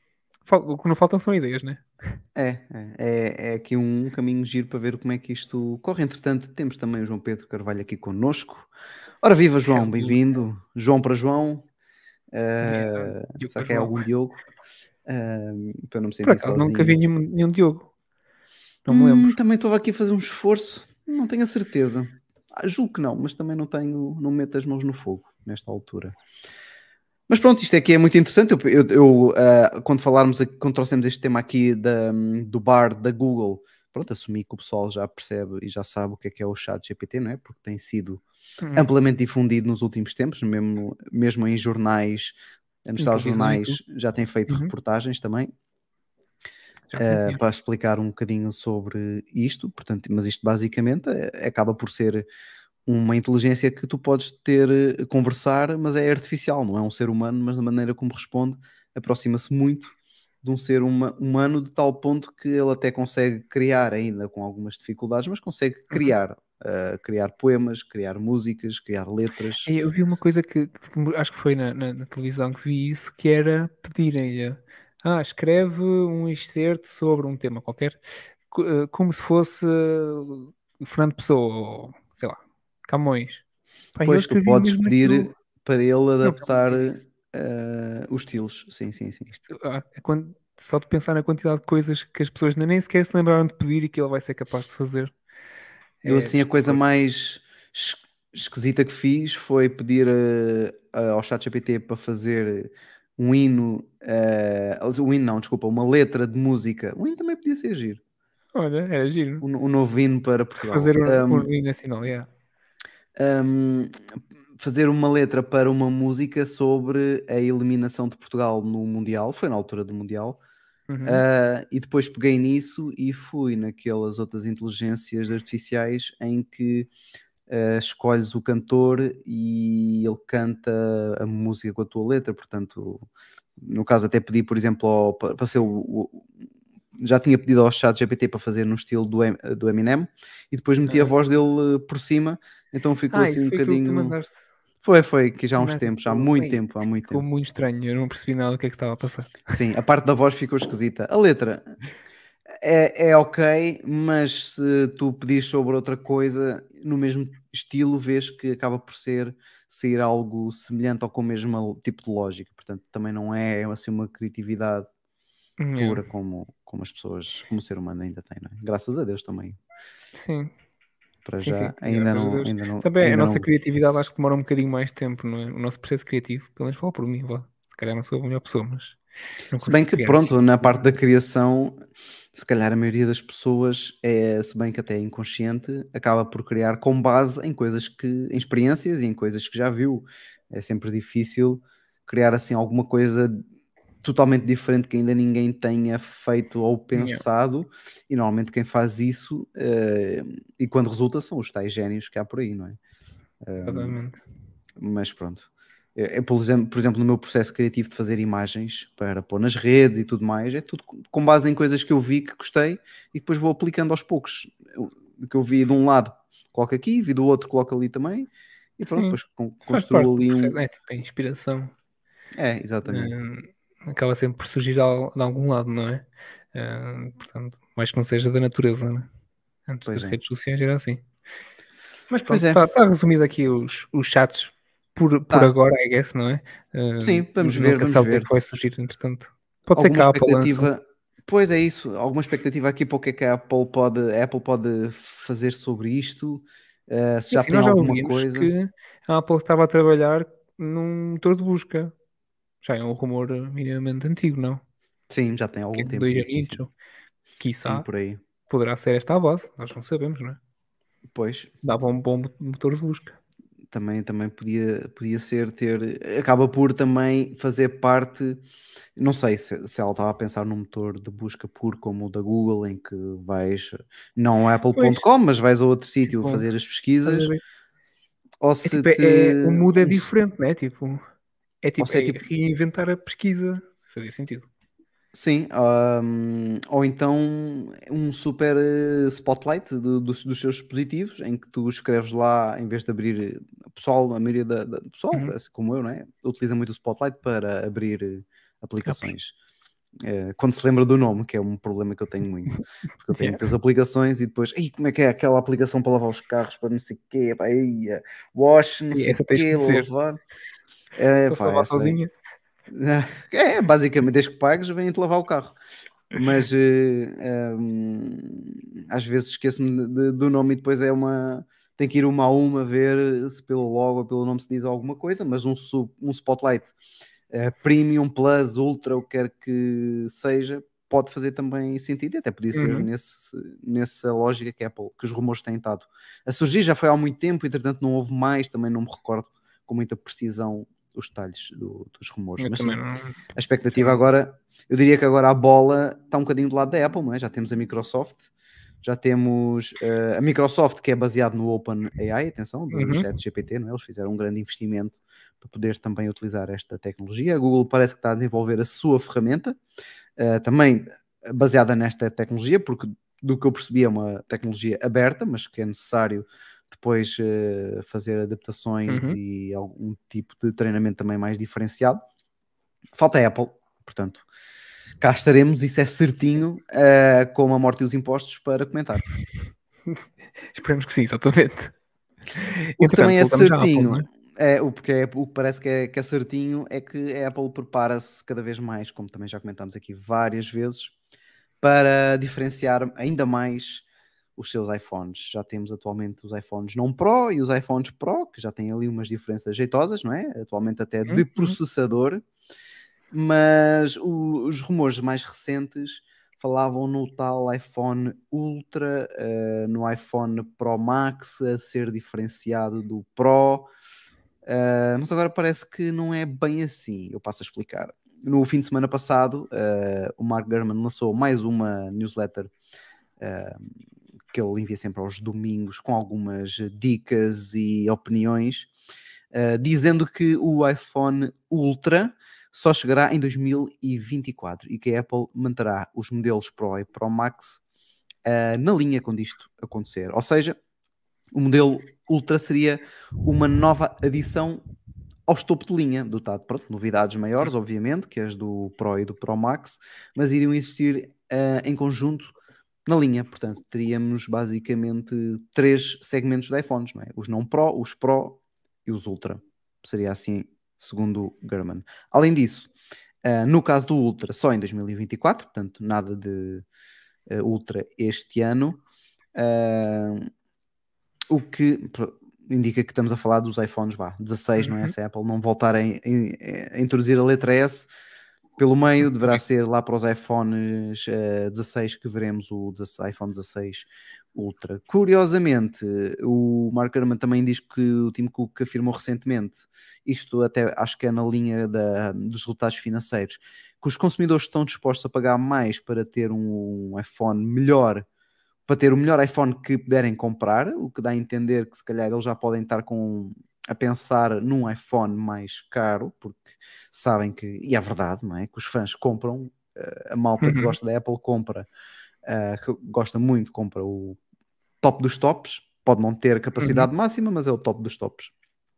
O que não faltam são ideias, né? É, é, é aqui um caminho giro para ver como é que isto corre. Entretanto, temos também o João Pedro Carvalho aqui connosco. Ora, viva João, bem-vindo. João para João. Uh, será que é algum Diogo? Uh, para não me sentir Por acaso sozinho. nunca vi nenhum, nenhum Diogo. Não me hum, lembro. Também estou aqui a fazer um esforço. Não tenho a certeza. Ah, julgo que não, mas também não tenho, não meto as mãos no fogo nesta altura. Mas pronto, isto aqui é muito interessante. Eu, eu, eu uh, quando falarmos, aqui, quando trouxemos este tema aqui da, do bar da Google, pronto, assumi que o pessoal já percebe e já sabe o que é que é o chat G P T, não é? Porque tem sido uhum. amplamente difundido nos últimos tempos, mesmo, mesmo em jornais, nos telejornais, já tem feito uhum. reportagens também uh, para explicar um bocadinho sobre isto. Portanto, mas isto basicamente é, acaba por ser uma inteligência que tu podes ter, conversar, mas é artificial, não é um ser humano, mas a maneira como responde aproxima-se muito de um ser uma, humano, de tal ponto que ele até consegue criar, ainda com algumas dificuldades, mas consegue criar, uh, criar poemas, criar músicas, criar letras. Eu vi uma coisa que, que acho que foi na, na, na televisão que vi isso, que era pedirem-lhe, ah, escreve um excerto sobre um tema qualquer, co- eh, como se fosse eh, Fernando Pessoa, ou sei lá, Camões. Pá, e ele Pois tu escrevia podes mesmo pedir aquilo. para ele Nunca me adaptar tinha visto. uh, os estilos. Sim, sim, sim. Isto, ah, é quando- só de pensar na quantidade de coisas que as pessoas nem sequer se lembraram de pedir e que ele vai ser capaz de fazer. Eu É assim a coisa desesperador. mais es- esquisita que fiz foi pedir uh, uh, ao ChatGPT para fazer um hino, uh, um hino não, desculpa, uma letra de música. Um hino também podia ser giro. Olha, era giro. Um, um novo hino para Portugal. Refazer o, Um, o hino nacional, yeah. um, fazer uma letra para uma música sobre a eliminação de Portugal no Mundial, foi na altura do Mundial. Uhum. Uh, e depois peguei nisso e fui naquelas outras inteligências artificiais em que uh, escolhes o cantor e ele canta a música com a tua letra. Portanto, no caso, até pedi, por exemplo, ao, para, para ser o, o- já tinha pedido ao chat G P T para fazer no estilo do, Em- do Eminem e depois meti a Ah, voz dele uh, por cima, então ficou Ah, assim isso um foi aquilo que tu bocadinho. mandaste. Foi, foi, que já há uns Mandaste tempos, há isso. muito Ei, tempo, há muito ficou tempo. muito estranho. Eu não percebi nada do que é que estava a passar. Sim, a parte da voz ficou esquisita. A letra é, é ok, mas se tu pedires sobre outra coisa, no mesmo estilo, vês que acaba por ser sair algo semelhante ou com o mesmo tipo de lógica. Portanto, também não é assim uma criatividade Yeah. pura como, como as pessoas, como o ser humano ainda tem, não é? Graças a Deus também. Sim, Para sim, sim. já, ainda Graças a não, Deus. ainda não, Também a ainda nossa não. criatividade acho que demora um bocadinho mais tempo, não é? O nosso processo criativo, pelo menos falo por mim, vá. Se calhar não sou a melhor pessoa, mas não Se bem consigo que, criar assim pronto, na coisas. parte da criação, se calhar a maioria das pessoas, é, se bem que até é inconsciente, acaba por criar com base em coisas que, em experiências e em coisas que já viu. É sempre difícil criar assim alguma coisa totalmente diferente que ainda ninguém tenha feito ou Yeah, pensado, e normalmente quem faz isso, eh, e quando resulta, são os tais génios que há por aí, não é? exatamente. Mas pronto. Eu, eu, por exemplo, por exemplo, no meu processo criativo de fazer imagens para pôr nas redes e tudo mais, é tudo com base em coisas que eu vi que gostei e depois vou aplicando aos poucos. O que eu vi de um lado, coloco aqui, vi do outro, coloco ali também e pronto, Sim, depois con- faz parte construo do ali processo. um. É tipo a inspiração. É, exatamente. hum, acaba sempre por surgir de, al- de algum lado, não é? Hum, portanto, mais que não seja da natureza, né? Antes Pois das é. redes sociais era assim. Mas Pois pronto, é. está tá resumido aqui os, os chats por, por Tá. agora, I guess, não é? Sim, Uh, vamos ver, nunca vamos sabe o que é ver. que vai surgir, entretanto. Pode ser Alguma que a Apple lance um. expectativa? Pois é isso, alguma expectativa aqui para o que é que a Apple pode, a Apple pode fazer sobre isto? Uh, se E já assim, tem nós já alguma ouvimos coisa? que a Apple estava a trabalhar num motor de busca. Já é um rumor minimamente antigo, não? Sim, já tem Que algum é de tempo, dois sim, sim, aninhos, sim. ou, Sim, quiçá, por aí. poderá ser esta a base. Nós não sabemos, não é? Pois, Dava um bom motor de busca. também, também podia, podia ser ter. Acaba por também fazer parte. Não sei se, se ela estava a pensar num motor de busca puro como o da Google, em que vais não a apple Pois, ponto com, mas vais a outro sítio tipo, fazer as pesquisas, fazer isso. ou É se tipo, é, te. é- o mood é Um, diferente, não é? Tipo, é ou tipo, se é é tipo. reinventar a pesquisa. Fazia sentido. Sim, ahm, ou então um super eh, spotlight de- dos, dos seus dispositivos, em que tu escreves lá, em vez de abrir, eh, o pessoal, a maioria da, da- do pessoal, Uhum. assim como eu, não é? Utiliza muito o spotlight para abrir eh, Apps. aplicações. Eh, quando se lembra do nome, que é um problema que eu tenho muito, porque eu tenho Yeah. muitas aplicações e depois, ei, como é que é aquela aplicação para lavar os carros, para não sei o quê, pá, ei, eh, wash, não E sei o essa tens que quê, dizer. lavar. É, Então se pá, lavar essa é, sozinha. é basicamente, desde que pagues, vêm-te lavar o carro. Mas eh, hum, às vezes esqueço-me de- de- do nome e depois é uma. Tem que ir uma a uma ver se pelo logo ou pelo nome se diz alguma coisa, mas um, sub- um Spotlight eh, Premium, Plus, Ultra, o que quer que seja, pode fazer também sentido e até podia ser Uhum. nesse, nessa lógica que a Apple, que os rumores têm estado a surgir. Já foi há muito tempo, entretanto não houve mais, também não me recordo com muita precisão os detalhes do- dos rumores, Eu mas também sim, não. a expectativa Também não. agora, eu diria que agora a bola está um bocadinho do lado da Apple, não é? Já temos a Microsoft, Já temos uh, a Microsoft, que é baseado no OpenAI, atenção, do Uhum. ChatGPT, não é? Eles fizeram um grande investimento para poder também utilizar esta tecnologia. A Google parece que está a desenvolver a sua ferramenta, uh, também baseada nesta tecnologia, porque do que eu percebi é uma tecnologia aberta, mas que é necessário depois uh, fazer adaptações Uhum. e algum tipo de treinamento também mais diferenciado. Falta a Apple, portanto, cá estaremos, isso é certinho, uh, com a morte e os impostos para comentar. Esperemos que sim, exatamente. O que também é voltamos à Apple, certinho, não é? é, o, porque é, o que parece que é, que é certinho é que a Apple prepara-se cada vez mais, como também já comentámos aqui várias vezes, para diferenciar ainda mais os seus iPhones. Já temos atualmente os iPhones não Pro e os iPhones Pro, que já têm ali umas diferenças jeitosas, não é? Atualmente até de Uhum. processador, mas o- os rumores mais recentes falavam no tal iPhone Ultra, uh, no iPhone Pro Max a ser diferenciado do Pro, uh, mas agora parece que não é bem assim. Eu passo a explicar. No fim de semana passado, uh, o Mark Gurman lançou mais uma newsletter uh, que ele envia sempre aos domingos com algumas dicas e opiniões, uh, dizendo que o iPhone Ultra só chegará em dois mil e vinte e quatro e que a Apple manterá os modelos Pro e Pro Max uh, na linha quando isto acontecer. Ou seja, o modelo Ultra seria uma nova adição aos topo de linha, dotado, pronto, novidades maiores, obviamente, que as do Pro e do Pro Max, mas iriam existir uh, em conjunto na linha. Portanto, teríamos basicamente três segmentos de iPhones, não é? Os não Pro, os Pro e os Ultra. Seria assim, segundo Gurman. Além disso, uh, no caso do Ultra, só em dois mil e vinte e quatro, portanto, nada de uh, Ultra este ano. Uh, o que indica que estamos a falar dos iPhones, vá, dezasseis, uhum. Não é? Se a Apple não voltar a, a, a introduzir a letra S pelo meio, deverá ser lá para os iPhones uh, dezasseis que veremos o iPhone dezasseis Ultra. Curiosamente, o Mark Gurman também diz que o Tim Cook afirmou recentemente, isto até acho que é na linha da, dos resultados financeiros, que os consumidores estão dispostos a pagar mais para ter um iPhone melhor, para ter o melhor iPhone que puderem comprar, o que dá a entender que se calhar eles já podem estar com, a pensar num iPhone mais caro, porque sabem que, e é verdade, não é? Que os fãs compram, a malta uhum. que gosta da Apple compra, uh, que gosta muito, compra o top dos tops, pode não ter capacidade uhum. máxima, mas é o top dos tops.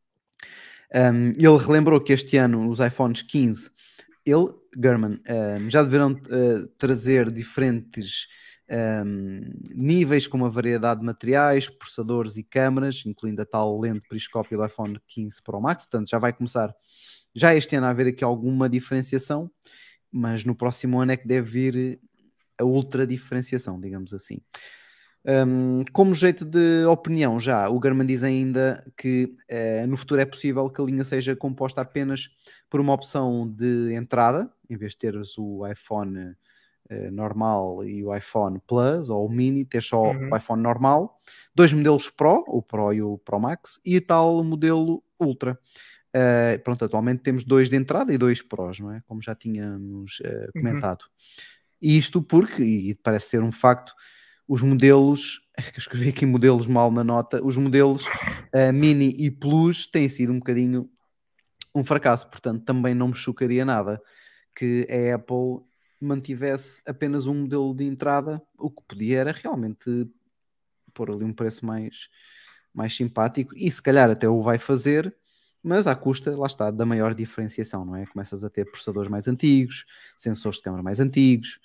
Um, ele relembrou que este ano os iPhones quinze, ele, Gurman, um, já deverão uh, trazer diferentes Um, níveis com uma variedade de materiais, processadores e câmaras, incluindo a tal lente periscópio do iPhone quinze Pro Max. Portanto, já vai começar já este ano a haver aqui alguma diferenciação, mas no próximo ano é que deve vir a ultra diferenciação, digamos assim. Um, como jeito de opinião, já o Gurman diz ainda que uh, no futuro é possível que a linha seja composta apenas por uma opção de entrada, em vez de teres o iPhone Uh, normal e o iPhone Plus ou o Mini, ter só uhum. o iPhone normal, dois modelos Pro, o Pro e o Pro Max, e tal modelo Ultra. Uh, pronto, atualmente temos dois de entrada e dois Pros, não é? Como já tínhamos uh, comentado. Uhum. E isto porque, e parece ser um facto, os modelos, que eu escrevi aqui modelos mal na nota, os modelos uh, Mini e Plus têm sido um bocadinho um fracasso, portanto também não me chocaria nada que a Apple mantivesse apenas um modelo de entrada, o que podia era realmente pôr ali um preço mais, mais simpático, e se calhar até o vai fazer, mas à custa, lá está, da maior diferenciação, não é? Começas a ter processadores mais antigos, sensores de câmara mais antigos,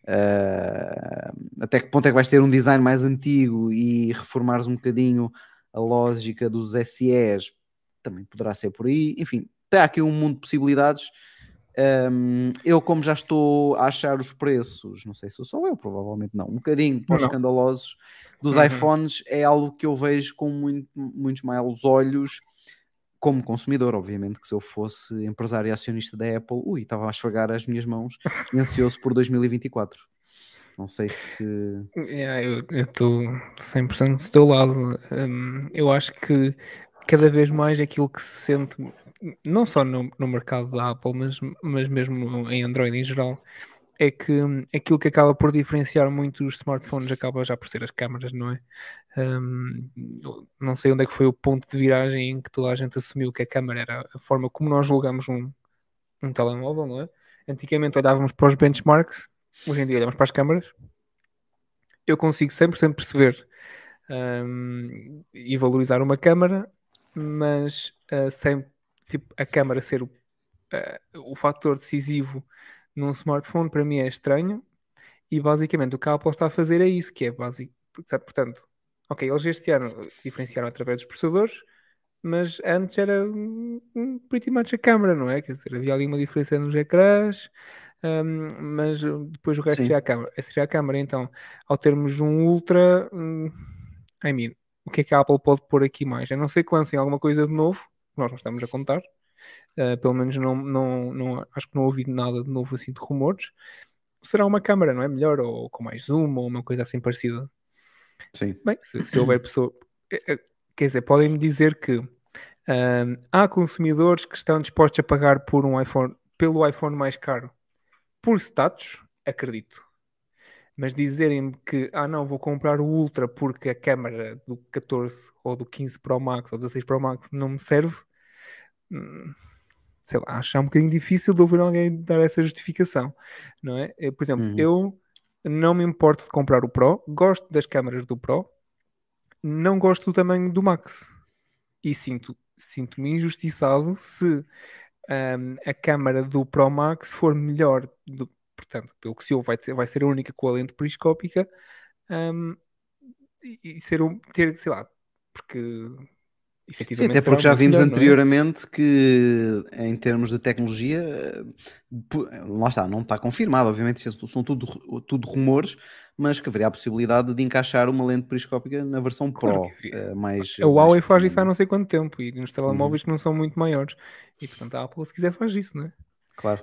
uh, até que ponto é que vais ter um design mais antigo e reformares um bocadinho a lógica dos S Es, também poderá ser por aí, enfim, tem aqui um mundo de possibilidades. Um, eu, como já estou a achar os preços, não sei se sou eu, provavelmente não, um bocadinho pós-escandalosos dos uhum. iPhones, é algo que eu vejo com muito, muitos maus olhos como consumidor. Obviamente que se eu fosse empresário e acionista da Apple, ui, estava a esfregar as minhas mãos e ansioso por dois mil e vinte e quatro. Não sei se... Yeah, eu estou cem por cento do teu lado. Um, eu acho que cada vez mais aquilo que se sente, não só no, no mercado da Apple, mas, mas mesmo em Android em geral, é que hum, aquilo que acaba por diferenciar muito os smartphones acaba já por ser as câmaras, não é? Hum, eu não sei onde é que foi o ponto de viragem em que toda a gente assumiu que a câmara era a forma como nós julgamos um, um telemóvel, não é? Antigamente olhávamos para os benchmarks, hoje em dia olhamos para as câmaras. Eu consigo cem por cento perceber hum, e valorizar uma câmara, mas ah, sem tipo, a câmara ser o, ah, o fator decisivo num smartphone, para mim é estranho. E basicamente o que a Apple está a fazer é isso, que é básico. Portanto, ok, eles este ano diferenciaram através dos processadores, mas antes era hum, hum, pretty much a câmara, não é? Quer dizer, havia ali uma diferença nos ecrãs, hum, mas uh, depois o resto Sim. seria a câmara. Seria a câmara. Então, ao termos um Ultra, hum, I mean, o que é que a Apple pode pôr aqui mais? A não ser que lancem alguma coisa de novo, nós não estamos a contar. Uh, pelo menos não, não, não, acho que não ouvi nada de novo assim de rumores. Será uma câmara, não é? Melhor, ou com mais zoom, ou uma coisa assim parecida. Sim. Bem, se, se houver pessoa. eh, eh, Quer dizer, podem-me dizer que hum, há consumidores que estão dispostos a pagar por um iPhone, pelo iPhone mais caro por status, acredito. Mas dizerem-me que, ah não, vou comprar o Ultra porque a câmara do catorze ou do quinze Pro Max ou do dezasseis Pro Max não me serve, hum, sei lá, acho um bocadinho difícil de ouvir alguém dar essa justificação, não é? Eh, Por exemplo, Uhum. eu não me importo de comprar o Pro, gosto das câmaras do Pro, não gosto do tamanho do Max e sinto, sinto-me injustiçado se hum, a câmara do Pro Max for melhor, do, portanto, pelo que se ouve, vai, ter- vai ser a única com a lente periscópica hum, e, e ser um, ter, sei lá, porque Sim, efetivamente até será porque já muito vimos melhor, não é? anteriormente que em termos de tecnologia, eh, pu- lá está, não está confirmado, obviamente isso são tudo, tudo rumores, mas que haveria a possibilidade de encaixar uma lente periscópica na versão Claro que Pro, havia. eh, mais, A mais Huawei faz pequena, isso há não não sei quanto tempo e nos é? Uhum, telemóveis que não são muito maiores. E portanto a Apple, se quiser, faz isso, não é? claro.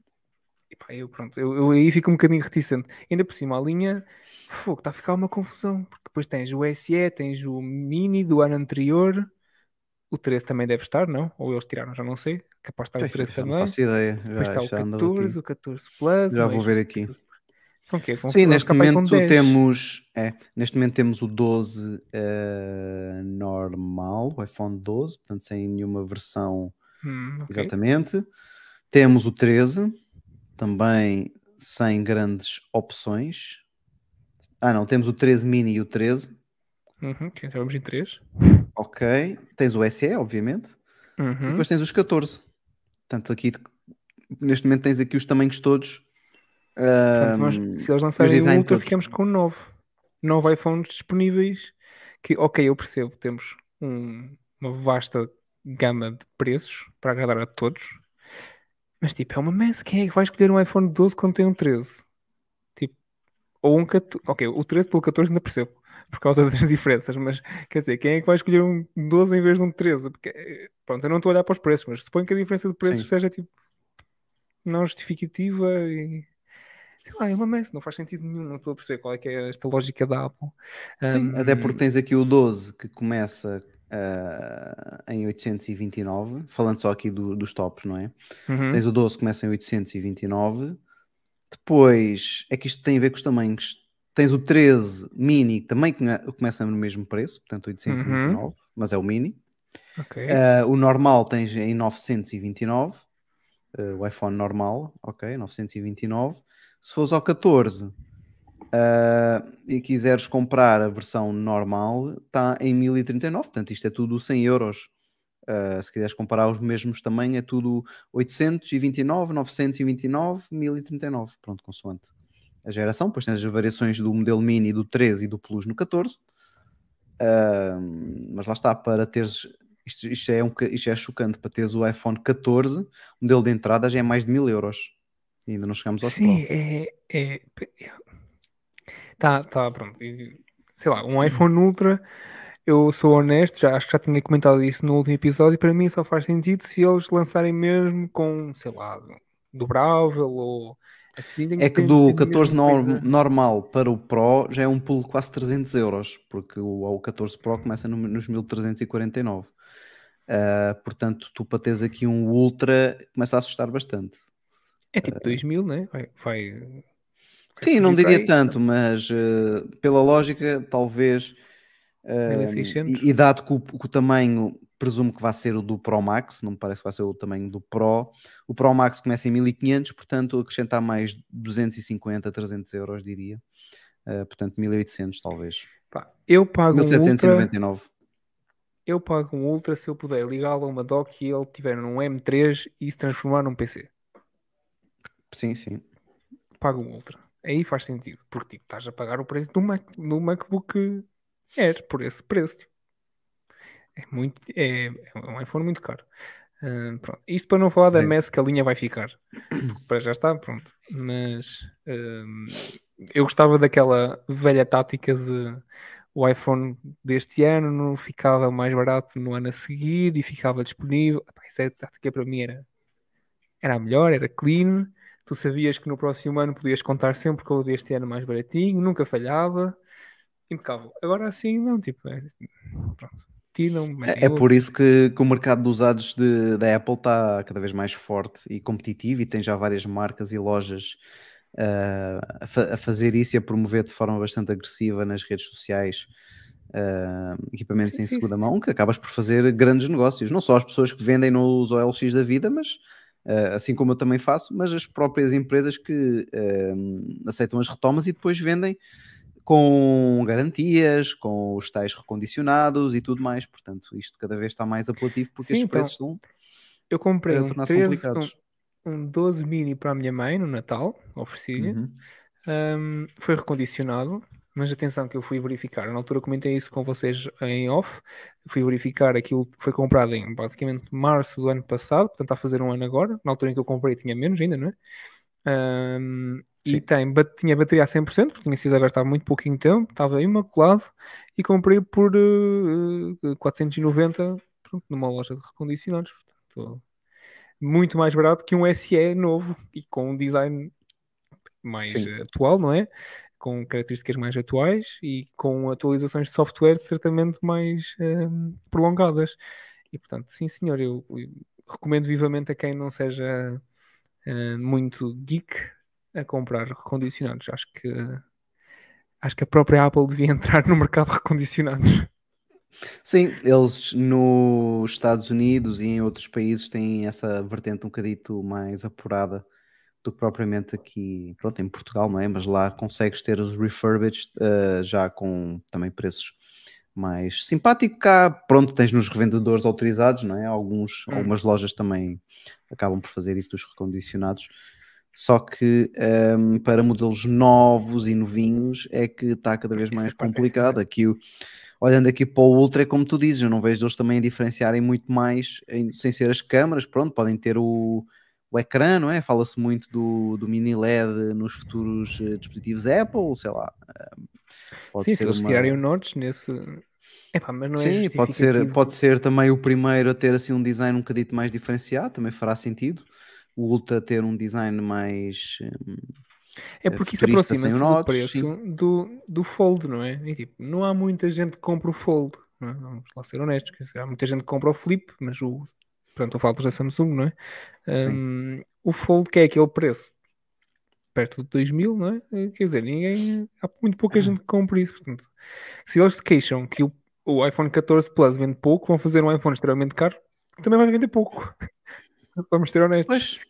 E pá, eu, pronto, eu, eu aí fico um bocadinho reticente. Ainda por cima, a linha, fogo, está a ficar uma confusão. Porque depois tens o S E, tens o Mini do ano anterior, o treze também deve estar, não? Ou eles tiraram, já não sei. Capaz de estar o Já, treze já não também. faço ideia, Depois já, está o já andou aqui. catorze, o catorze Plus, Já vou mas ver o aqui. catorze são o quê? Vão, Sim, vão neste ficar para aí com momento dez. temos, é, neste momento temos o doze eh, normal, o iPhone doze, portanto sem nenhuma versão Hum, ok. exatamente. Temos o treze, também sem grandes opções. Ah não, temos o treze mini e o treze. Uhum, ok, já vamos em três. Ok. Tens o S E, obviamente. E Uhum. depois tens os catorze. Portanto, aqui neste momento tens aqui os tamanhos todos. Portanto, vamos- ahm, se eles e os lançarem o designs Ultra, todos. ficamos com nove. Nove iPhones disponíveis. Que, ok, eu percebo, temos um- uma vasta gama de preços para agradar a todos. Mas tipo, é uma mess. Quem é que vai escolher um iPhone doze quando tem um treze? Tipo, ou um catorze. Ok, o treze pelo catorze ainda percebo. Por causa das diferenças. Mas quer dizer, quem é que vai escolher um doze em vez de um treze? Porque, eh, pronto, eu não estou a olhar para os preços, mas suponho que a diferença de preços Sim. seja tipo não justificativa e sei lá, é uma mess, não faz sentido nenhum, não estou a perceber qual é que é esta lógica da Apple. Sim, até porque Um, tens aqui o doze que começa ah, em oitocentos e vinte e nove, falando só aqui do- dos tops, não é? uhum, Tens o doze que começa em oitocentos e vinte e nove. Depois, é que isto tem a ver com os tamanhos. Tens o treze mini, que também come- começa no mesmo preço, portanto uhum, oitocentos e vinte e nove, mas é o mini. ok. Ah, o normal tens em novecentos e vinte e nove, ah, o iPhone normal, ok, novecentos e vinte e nove. Se fores ao catorze, ah, e quiseres comprar a versão normal, está em mil e trinta e nove, portanto isto é tudo cem euros. Uh, se quiseres comparar os mesmos também, é tudo oitocentos e vinte e nove, novecentos e vinte e nove, mil e trinta e nove. Pronto, consoante a geração. Depois tens as variações do modelo mini, do treze e do Plus no catorze. Uh, mas lá está, para teres. Isto, isto, é um, boca- isto é chocante. Para teres o iPhone catorze, o modelo de entrada já é mais de mil euros. E ainda não chegamos aos Sim, Pro. é, é, tá, tá, pronto. E, sei lá, um iPhone Ultra, eu sou honesto, já, acho que já tinha comentado isso no último episódio, e para mim só faz sentido se eles lançarem mesmo com, sei lá, dobrável ou assim, tem É que que ter, ter do catorze mesmo norm- coisa. normal para o Pro já é um pulo de quase trezentos euros, porque o, o catorze Pro começa no- nos mil trezentos e quarenta e nove. Uh, portanto, tu para teres aqui um Ultra começa a assustar bastante. É tipo dois mil, né? Vai, vai, vai Sim, não fugir para diria aí, tanto, mas uh, pela lógica, talvez, um, mil e seiscentos. e, e dado que o, que o tamanho, presumo que vai ser o do Pro Max, não me parece que vai ser o tamanho do Pro, o Pro Max começa em mil e quinhentos, portanto, acrescentar mais duzentos e cinquenta, trezentos euros, diria. Uh, portanto, mil e oitocentos, talvez. Pá, eu pago mil um setecentos e noventa Ultra, e nove. eu pago um Ultra se eu puder ligá-lo a uma dock e ele tiver num M três e se transformar num P C. Sim, sim. Pago um Ultra. Aí faz sentido, porque tipo, estás a pagar o preço do, Mac, do MacBook Air por esse preço. Tipo. É, muito, é, é um iPhone muito caro. Uh, pronto. Isto para não falar da É. mess que a linha vai ficar, porque para já está, pronto. Mas um, eu gostava daquela velha tática de o iPhone deste ano não ficava mais barato no ano a seguir e ficava disponível. Epá, essa tática para mim era, era a melhor, era clean. Tu sabias que no próximo ano podias contar sempre com o deste ano mais baratinho, nunca falhava. Impecável. Agora assim, não, tipo, é, pronto. Tiram, metem É, é por outro. isso que, que o mercado dos usados de, da Apple está cada vez mais forte e competitivo e tem já várias marcas e lojas uh, a, fa a fazer isso e a promover de forma bastante agressiva nas redes sociais uh, equipamentos Sim, em sim, segunda sim. mão, que acabas por fazer grandes negócios. Não só as pessoas que vendem nos O L X da vida, mas uh, assim como eu também faço, mas as próprias empresas que uh, aceitam as retomas e depois vendem com garantias, com os tais recondicionados e tudo mais. Portanto, isto cada vez está mais apelativo porque Sim, estes então, preços estão eu comprei a um tornar-se treze, um, complicados. um doze mini para a minha mãe no Natal, ofereci-lhe. Uhum. Um, foi recondicionado, mas atenção que eu fui verificar. Na altura comentei isso com vocês em off. Fui verificar aquilo que foi comprado em basicamente março do ano passado, portanto está a fazer um ano agora. Na altura em que eu comprei tinha menos ainda, não é? Um, e Sim. tem, tinha bateria a cem por cento, porque tinha sido aberta há muito pouquinho tempo, estava imaculado e comprei por uh, quatrocentos e noventa pronto, numa loja de recondicionados. Portanto, muito mais barato que um S E novo e com um design mais Sim. atual, não é? Com características mais atuais e com atualizações de software certamente mais um, prolongadas. E portanto, sim senhor, eu, eu recomendo vivamente a quem não seja uh, muito geek a comprar recondicionados. Acho que acho que a própria Apple devia entrar no mercado de recondicionados. Sim, eles nos Estados Unidos e em outros países têm essa vertente um bocadito mais apurada do que propriamente aqui, pronto, em Portugal, não é? Mas lá consegues ter os refurbished uh, já com também preços mais simpáticos. Cá, pronto, tens nos revendedores autorizados, não é? Alguns, Hum. Algumas lojas também acabam por fazer isso dos recondicionados. Só que um, para modelos novos e novinhos é que está cada vez Essa mais parte é complicado. cinza. Aqui, olhando aqui para o Ultra, é como tu dizes, eu não vejo eles também a diferenciarem muito mais em, sem ser as câmaras. Pronto, podem ter o, o ecrã, não é? Fala-se muito do, do mini L E D nos futuros uh, dispositivos Apple, sei lá. Um, pode Sim, se ser eles uma. tirarem o notch nesse. Epá, mas não é Sim, pode ser, pode justificativo. ser também o primeiro a ter assim um design um bocadito mais diferenciado, também fará sentido. O Ultra ter um design mais hum, É eh, porque isso futurista sem o aproxima-se do notch, sim. preço do, do Fold, não é? E, tipo, não há muita gente que compra o Fold, não é? Vamos lá ser honestos. Quer dizer, há muita gente que compra o Flip, mas o. Portanto, eu falo da Samsung, não é? Sim. Um, o Fold, que é aquele preço perto de dois mil, não é? Quer dizer, ninguém. Há muito pouca gente que compra isso. Portanto, se eles se queixam que o, o iPhone catorze Plus vende pouco, vão fazer um iPhone extremamente caro, que também vai vender pouco. Vamos ser honestos. Pois,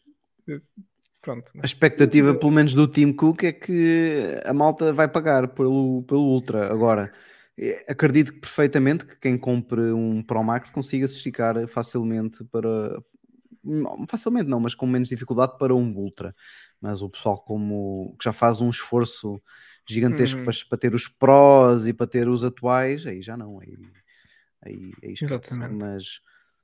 Pronto. a expectativa, pelo menos do Tim Cook, é que a malta vai pagar pelo, pelo Ultra. Agora, eh, acredito que perfeitamente que quem compre um Pro Max consiga se esticar facilmente para. Não, facilmente não, mas com menos dificuldade para um Ultra. Mas o pessoal como que já faz um esforço gigantesco Uhum, para, para ter os Pros e para ter os atuais, aí já não, aí, aí, aí esquece. exatamente. Mas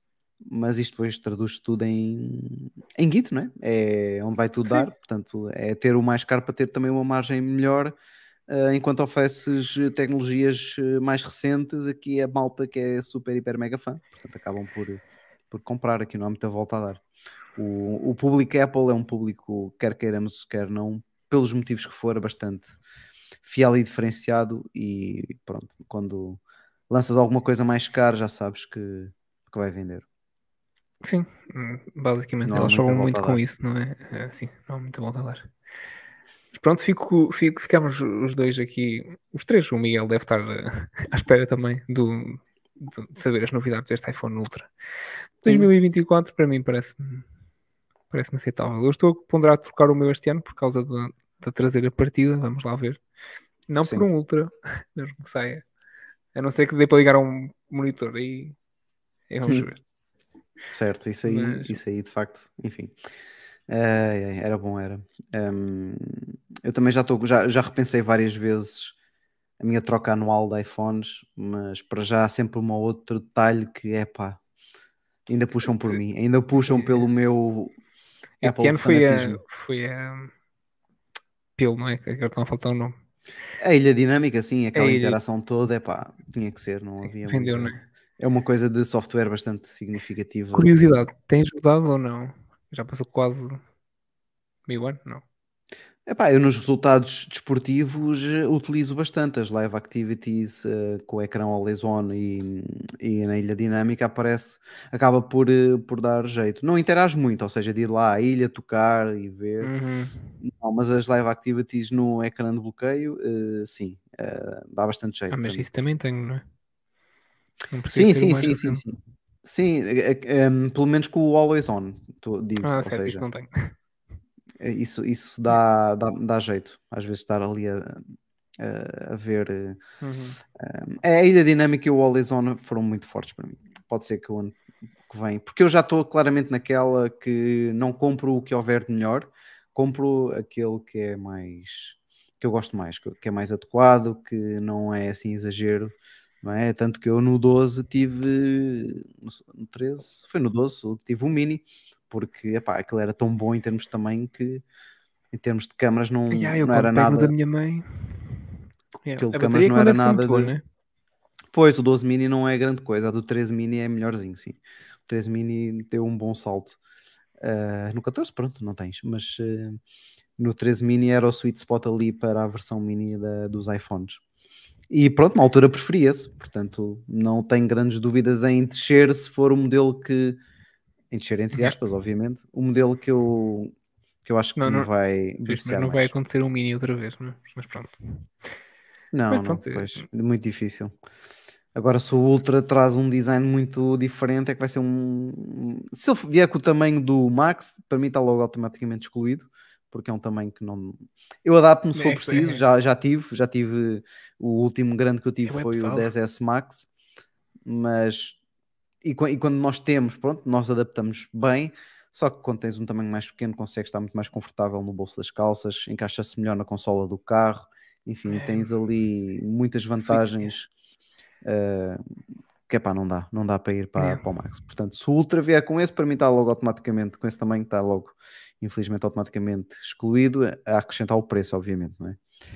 mas isto depois traduz tudo em, em Git, não é? É onde vai tudo Sim, dar, portanto, é ter o mais caro para ter também uma margem melhor, uh, enquanto ofereces tecnologias mais recentes, aqui é malta que é super, hiper, mega fã, portanto, acabam por, por comprar, aqui não há muita volta a dar. O, o público Apple é um público, quer queiramos, quer não, pelos motivos que for, bastante fiel e diferenciado, e pronto, quando lanças alguma coisa mais cara, já sabes que, que vai vender. Sim, hum, basicamente Não há elas muita jogam volta muito a com dar. isso, não é? É assim, não há muita volta a dar. Mas pronto, fico, fico, ficamos os dois aqui, os três, o Miguel deve estar eh, à espera também do, de de saber as novidades deste iPhone Ultra. Sim, dois mil e vinte e quatro para mim parece-me parece-me aceitável. Eu estou a ponderar trocar o meu este ano por causa da, da traseira partida, vamos lá ver. Não por sim. um Ultra, mesmo que saia. A não ser que dê para ligar a um monitor aí, aí vamos ver. Certo, isso aí, Mas isso aí de facto, enfim. Ai, ai, era bom, era. Hum, eu também já estou, já, já repensei várias vezes a minha troca anual de iPhones, mas para já há sempre um ou outro detalhe que é pá, ainda puxam por este, mim, ainda puxam pelo é, meu este Apple ano foi a, fanatismo. foi a Pelo, não é? Que agora estão a faltar o nome. A ilha dinâmica, sim, É aquela ele, interação toda, é pá, tinha que ser, não sim, havia vendeu, não muita. é? É uma coisa de software bastante significativa que. Curiosidade, tens mudado ou não? Já passou quase meio ano? Não. Epá, eu nos resultados desportivos eh, utilizo bastante as live activities eh, com o ecrã always on e, e na ilha dinâmica aparece, acaba por, eh, por dar jeito. Não interage muito, ou seja, de ir lá à ilha, tocar e ver. Uhum. Não, mas as live activities no ecrã de bloqueio, eh, sim, eh, dá bastante Ah, jeito para mas mim. isso também tenho, não é? Não precisas Sim, ter o sim, mais sim, sim, recente. sim. Sim, eh, eh, em, pelo menos com o always on, tô- digo, Ah, ou certo, isso seja, não tenho. eh, isso, isso Yeah. dá, dá, dá jeito, às vezes estar ali a, a, a ver. eh, Uhum. eh, a ilha dinâmica e o always on foram muito fortes para mim. Pode ser que o ano que vem, porque eu já estou claramente naquela que não compro o que houver de melhor, compro aquele que é mais, que eu gosto mais, que que é mais adequado, que não é assim exagero, não é? Tanto que eu no doze tive, no no treze, foi no doze, eu tive um mini, porque epá, aquilo era tão bom em termos de tamanho que em termos de câmaras não, Yeah, eu não quando era pego no da nada, minha mãe. Yeah. aquilo de A câmaras bateria é que não não era deve ser nada muito boa, de. né? Pois, o doze mini não é grande coisa, a do treze mini é melhorzinho, sim. O treze mini deu um bom salto. Uh, no catorze, pronto, não tens, mas uh, no treze mini era o sweet spot ali para a versão mini da, dos iPhones. E pronto, na altura preferia-se, portanto não tenho grandes dúvidas em descer se for o modelo que, em descer entre Yeah. aspas, obviamente, o modelo que eu, que eu acho Não, que me não, vai pois, mas beneficiar não vai mais. acontecer um mini outra vez, não é? Mas pronto. Mas Não, não, pronto, é- pois, muito difícil. Agora, se o Ultra traz um design muito diferente, é que vai ser um. Se ele vier com o tamanho do Max, para mim está logo automaticamente excluído, porque é um tamanho que não. Eu adapto-me se for é, preciso, é, já, já tive, já tive. O último grande que eu tive é, é foi o pesado. dez S Max, mas. E, qu- e quando nós temos, pronto, nós adaptamos bem, só que quando tens um tamanho mais pequeno, consegues estar muito mais confortável no bolso das calças, encaixa-se melhor na consola do carro, enfim, É, tens ali muitas sweet. vantagens. Uh, que é pá, não dá, não dá para ir para, Yeah. para o Max. Portanto, se o Ultra vier com esse, para mim está logo automaticamente, com esse tamanho está logo, infelizmente, automaticamente excluído, a acrescentar o preço, obviamente, não é?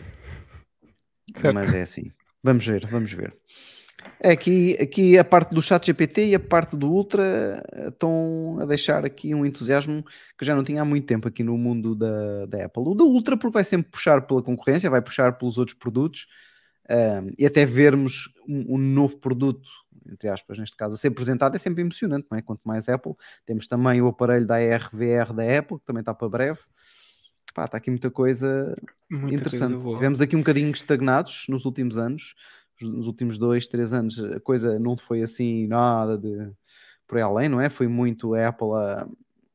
Certo. Mas é assim. Vamos ver, vamos ver. É aqui, aqui a parte do chat G P T e a parte do Ultra eh, estão a deixar aqui um entusiasmo que eu já não tinha há muito tempo aqui no mundo da, da Apple. O da Ultra porque vai sempre puxar pela concorrência, vai puxar pelos outros produtos, um, e até vermos um, um novo produto, entre aspas, neste caso, a ser apresentado é sempre emocionante, não é? Quanto mais Apple. Temos também o aparelho da A R V R da Apple, que também está para breve. Pá, está aqui muita coisa Muita coisa interessante. boa. Tivemos aqui um bocadinho estagnados nos últimos anos, nos últimos dois, três anos, a coisa não foi assim nada de por aí além, não é? Foi muito a Apple a,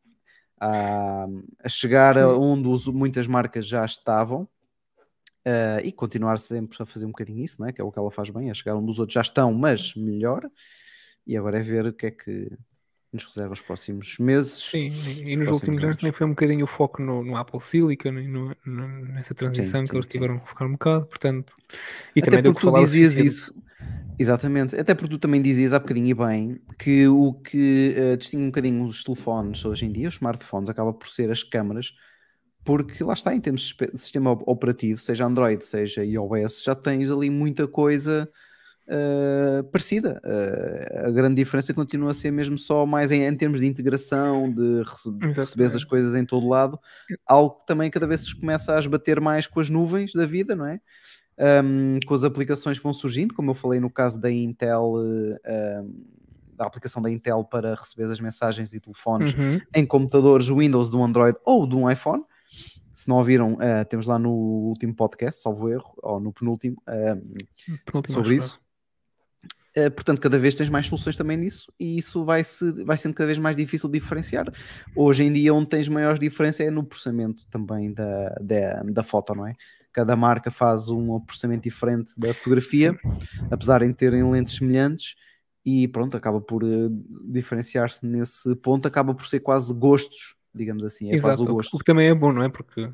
a, a chegar a Sim. onde os, muitas marcas já estavam. Uh, e continuar sempre a fazer um bocadinho isso, não é? Que é o que ela faz bem, é chegar onde os outros já estão, mas melhor. E agora é ver o que é que nos reserva os próximos meses, Sim, e, e os nos próximos últimos anos anos. também foi um bocadinho o foco no, no Apple Silicon e no, no- nessa Sim, transição que sim, eles sim. tiveram que focar um bocado, portanto, e Até também deu porque que tu falar o dizias suficiente. isso, exatamente, até porque tu também dizias há bocadinho e bem que o que uh, distingue um bocadinho os telefones hoje em dia, os smartphones, acaba por ser as câmaras, porque lá está, em termos de espe- de sistema operativo, seja Android, seja iOS, já tens ali muita coisa uh, parecida. Uh, a grande diferença continua a ser mesmo só mais em, em termos de integração, de rece receber as Exatamente. coisas em todo lado, algo que também cada vez se começa a esbater mais com as nuvens da vida, não é? Um, com as aplicações que vão surgindo, como eu falei no caso da Intel, uh, um, da aplicação da Intel para receber as mensagens e telefones Uhum. em computadores Windows do Android ou do um iPhone. Se não ouviram, uh, temos lá no último podcast, salvo erro, ou no penúltimo, uh, Penúltimo, sobre acho isso. Uh, portanto, cada vez tens mais soluções também nisso e isso vai, -se, vai sendo cada vez mais difícil de diferenciar. Hoje em dia, onde tens maior diferença é no processamento também da, da, da foto, não é? Cada marca faz um processamento diferente da fotografia, Sim. apesar de terem lentes semelhantes, e pronto, acaba por uh, diferenciar-se nesse ponto, acaba por ser quase gostos, digamos assim, é Exato, quase o gosto. o que também é bom, não é? Porque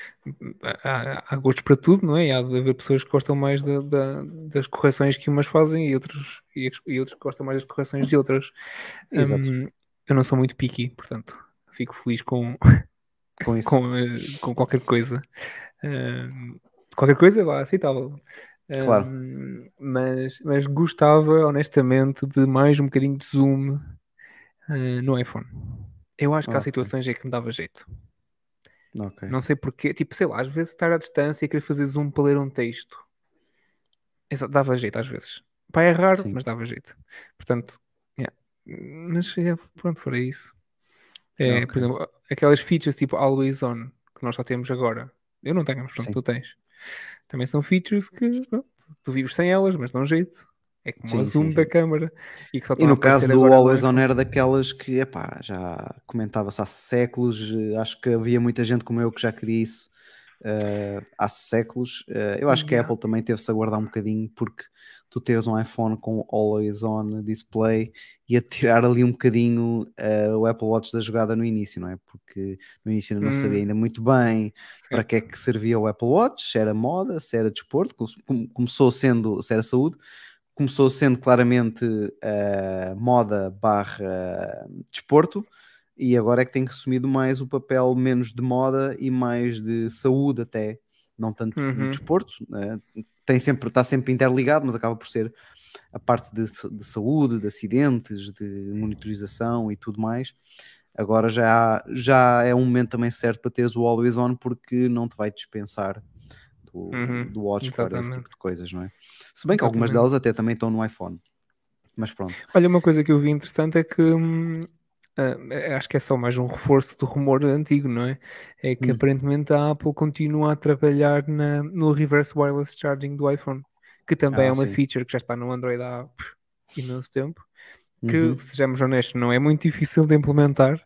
há, há gostos para tudo, não é? E há de haver pessoas que gostam mais da, da, das correções que umas fazem e outros, e, e outros que gostam mais das correções de outras. Exato. Um, eu não sou muito picky, portanto, fico feliz com, com, isso. com, uh, com qualquer coisa. Um, qualquer coisa, vá, aceitável. Um, claro. Mas, mas gostava, honestamente, de mais um bocadinho de zoom uh, no iPhone. Eu acho que okay. há situações em que me dava jeito. Okay. Não sei porquê, tipo, sei lá, às vezes estar à distância e querer fazer zoom para ler um texto. Exato, dava jeito às vezes. Pá, é raro, Sim. mas dava jeito. Portanto, yeah. Mas é, pronto, fora isso. É, okay. Por exemplo, aquelas features tipo Always On que nós só temos agora. Eu não tenho, mas pronto, Sim. tu tens. Também são features que pronto, tu vives sem elas, mas dão jeito. É como sim, o zoom sim, da sim. câmara. E, que só e no caso do Always On era daquelas que, epá, já comentava-se há séculos, acho que havia muita gente como eu que já queria isso uh, há séculos. Uh, eu acho yeah. que a Apple também teve-se a guardar um bocadinho, porque tu teres um iPhone com Always On display ia tirar ali um bocadinho uh, o Apple Watch da jogada no início, não é? Porque no início eu não hum. sabia ainda muito bem certo. Para que é que servia o Apple Watch, se era moda, se era desporto, começou sendo, se era saúde. Começou sendo claramente uh, moda barra desporto e agora é que tem assumido mais o papel menos de moda e mais de saúde até, não tanto uhum. de desporto, né? Tem sempre, está sempre interligado, mas acaba por ser a parte de, de saúde, de acidentes, de monitorização e tudo mais. Agora já, já é um momento também certo para teres o Always On, porque não te vai dispensar do, uhum. do Watch Exatamente. para esse tipo de coisas, não é? Se bem que Exatamente. algumas delas até também estão no iPhone, mas pronto. Olha, uma coisa que eu vi interessante é que hum, uh, acho que é só mais um reforço do rumor antigo, não é? É que hum. aparentemente a Apple continua a trabalhar na, no reverse wireless charging do iPhone, que também ah, é uma sim. feature que já está no Android há imenso tempo, que, uhum. sejamos honestos, não é muito difícil de implementar.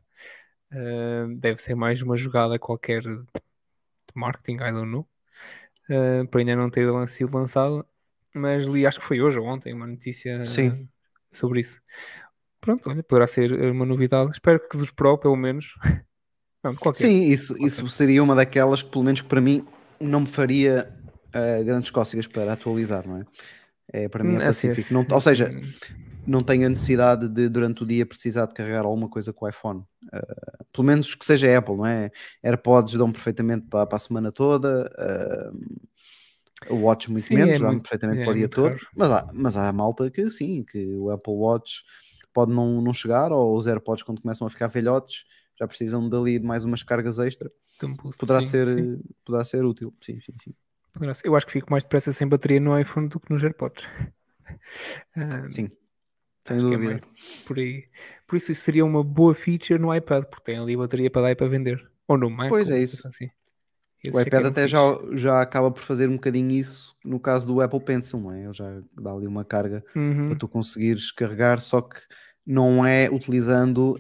Uh, deve ser mais uma jogada qualquer de marketing, I don't know. Uh, por ainda não ter sido lançado, mas li, acho que foi hoje ou ontem, uma notícia Sim. sobre isso. Pronto, olha, poderá ser uma novidade. Espero que dos Pro, pelo menos. Não, qualquer, Sim, isso, qualquer. isso seria uma daquelas que, pelo menos para mim, não me faria uh, grandes cócegas para atualizar, não é? É para mim é assim, pacífico. assim, não, ou seja, não tenho a necessidade de, durante o dia, precisar de carregar alguma coisa com o iPhone. Uh, pelo menos que seja Apple, não é? AirPods dão perfeitamente para, para a semana toda. Uh, o Watch muito sim, menos, é dá-me muito, perfeitamente é, para o dia todo. Mas há, mas há malta que sim, que o Apple Watch pode não, não chegar, ou os AirPods quando começam a ficar velhotes já precisam dali de mais umas cargas extra. Um boost, poderá, sim, ser, sim. poderá ser útil. Sim, sim, sim. Eu acho que fico mais depressa sem bateria no iPhone do que nos AirPods. Um, sim, sem acho dúvida. Que é por, aí. Por isso, isso seria uma boa feature no iPad, porque tem ali bateria para dar e para vender. Ou no Mac. Pois ou é isso. Assim. O iPad até já, já acaba por fazer um bocadinho isso no caso do Apple Pencil, não é? Ele já dá ali uma carga uhum. para tu conseguires carregar, só que não é utilizando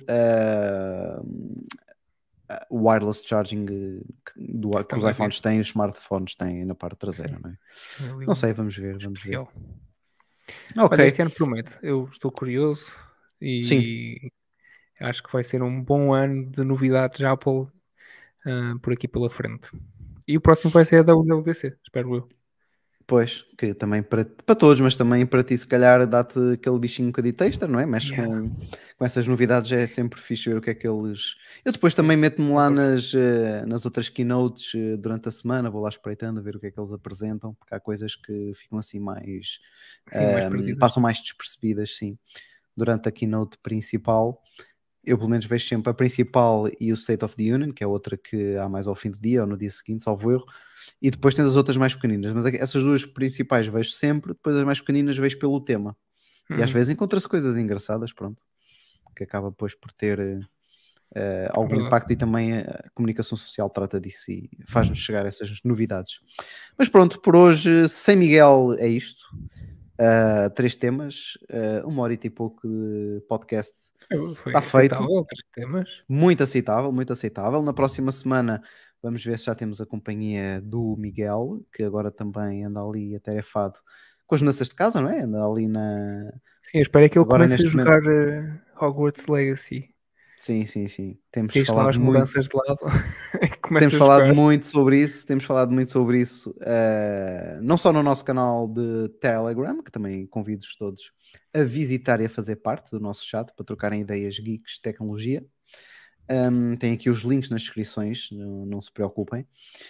uh, o wireless charging do, que os iPhones têm, os smartphones têm na parte traseira, Sim. não é? É não sei, vamos ver, vamos especial. ver. Ok. Olha, este ano promete, eu estou curioso e Sim. acho que vai ser um bom ano de novidades da Apple uh, por aqui pela frente. E o próximo vai ser a W W D C, espero eu. Pois, que também para, para todos, mas também para ti se calhar dá-te aquele bichinho um bocadinho extra, não é? Mexes yeah. com, com essas novidades, é sempre fixe ver o que é que eles... Eu depois também meto-me lá nas, uh, nas outras keynotes uh, durante a semana, vou lá espreitando a ver o que é que eles apresentam, porque há coisas que ficam assim mais... Sim, uh, mais passam mais despercebidas, sim, durante a keynote principal. Eu pelo menos vejo sempre a principal e o State of the Union, que é outra que há mais ao fim do dia ou no dia seguinte, salvo erro. E depois tens as outras mais pequeninas, mas essas duas principais vejo sempre, depois as mais pequeninas vejo pelo tema. E às vezes encontra-se coisas engraçadas, pronto, que acaba depois por ter uh, algum Verdade. impacto, e também a comunicação social trata disso e faz-nos chegar essas novidades. Mas pronto, por hoje, sem Miguel é isto. Uh, três temas, uh, uma hora e pouco de podcast. Foi Está feito. aceitável, três temas. Muito aceitável, muito aceitável. Na próxima semana vamos ver se já temos a companhia do Miguel, que agora também anda ali atarefado com as mudanças de casa, não é? Anda ali na... Sim, eu espero que ele Agora, comece a neste jogar uh, Hogwarts Legacy. Sim, sim, sim. Temos Deixe lá as falado muito... mudanças de lado. Comece Temos a falado jogar. muito sobre isso, temos falado muito sobre isso, uh, não só no nosso canal de Telegram, que também convido-os todos a visitar e a fazer parte do nosso chat para trocarem ideias geeks de tecnologia. Um, tem aqui os links nas descrições, não, não se preocupem.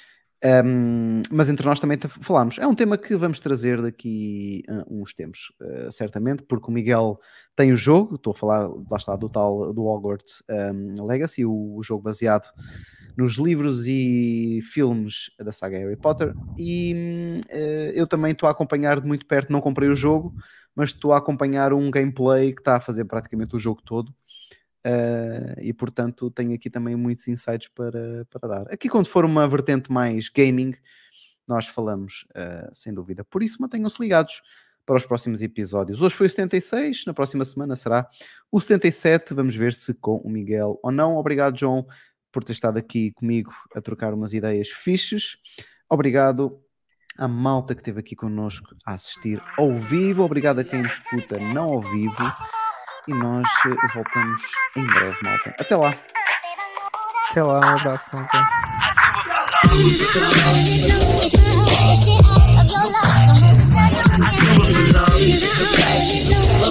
Um, mas entre nós também falámos. É um tema que vamos trazer daqui a uns tempos, uh, certamente, porque o Miguel tem o jogo, estou a falar, lá está, do tal do Hogwarts um, Legacy, o, o jogo baseado nos livros e filmes da saga Harry Potter, e uh, eu também estou a acompanhar de muito perto. Não comprei o jogo, mas estou a acompanhar um gameplay que está a fazer praticamente o jogo todo. Uh, e portanto tenho aqui também muitos insights para, para dar. Aqui, quando for uma vertente mais gaming, nós falamos uh, sem dúvida. Por isso, mantenham-se ligados para os próximos episódios. Hoje foi o setenta e seis, na próxima semana será o setenta e sete. Vamos ver se com o Miguel ou não. Obrigado, João, por ter estado aqui comigo a trocar umas ideias fixes. Obrigado à malta que esteve aqui connosco a assistir ao vivo. Obrigado a quem nos escuta não ao vivo. E nós voltamos em breve, malta. Até lá. Até lá, um abraço, malta. Shit out of your love, don't make me tell you again.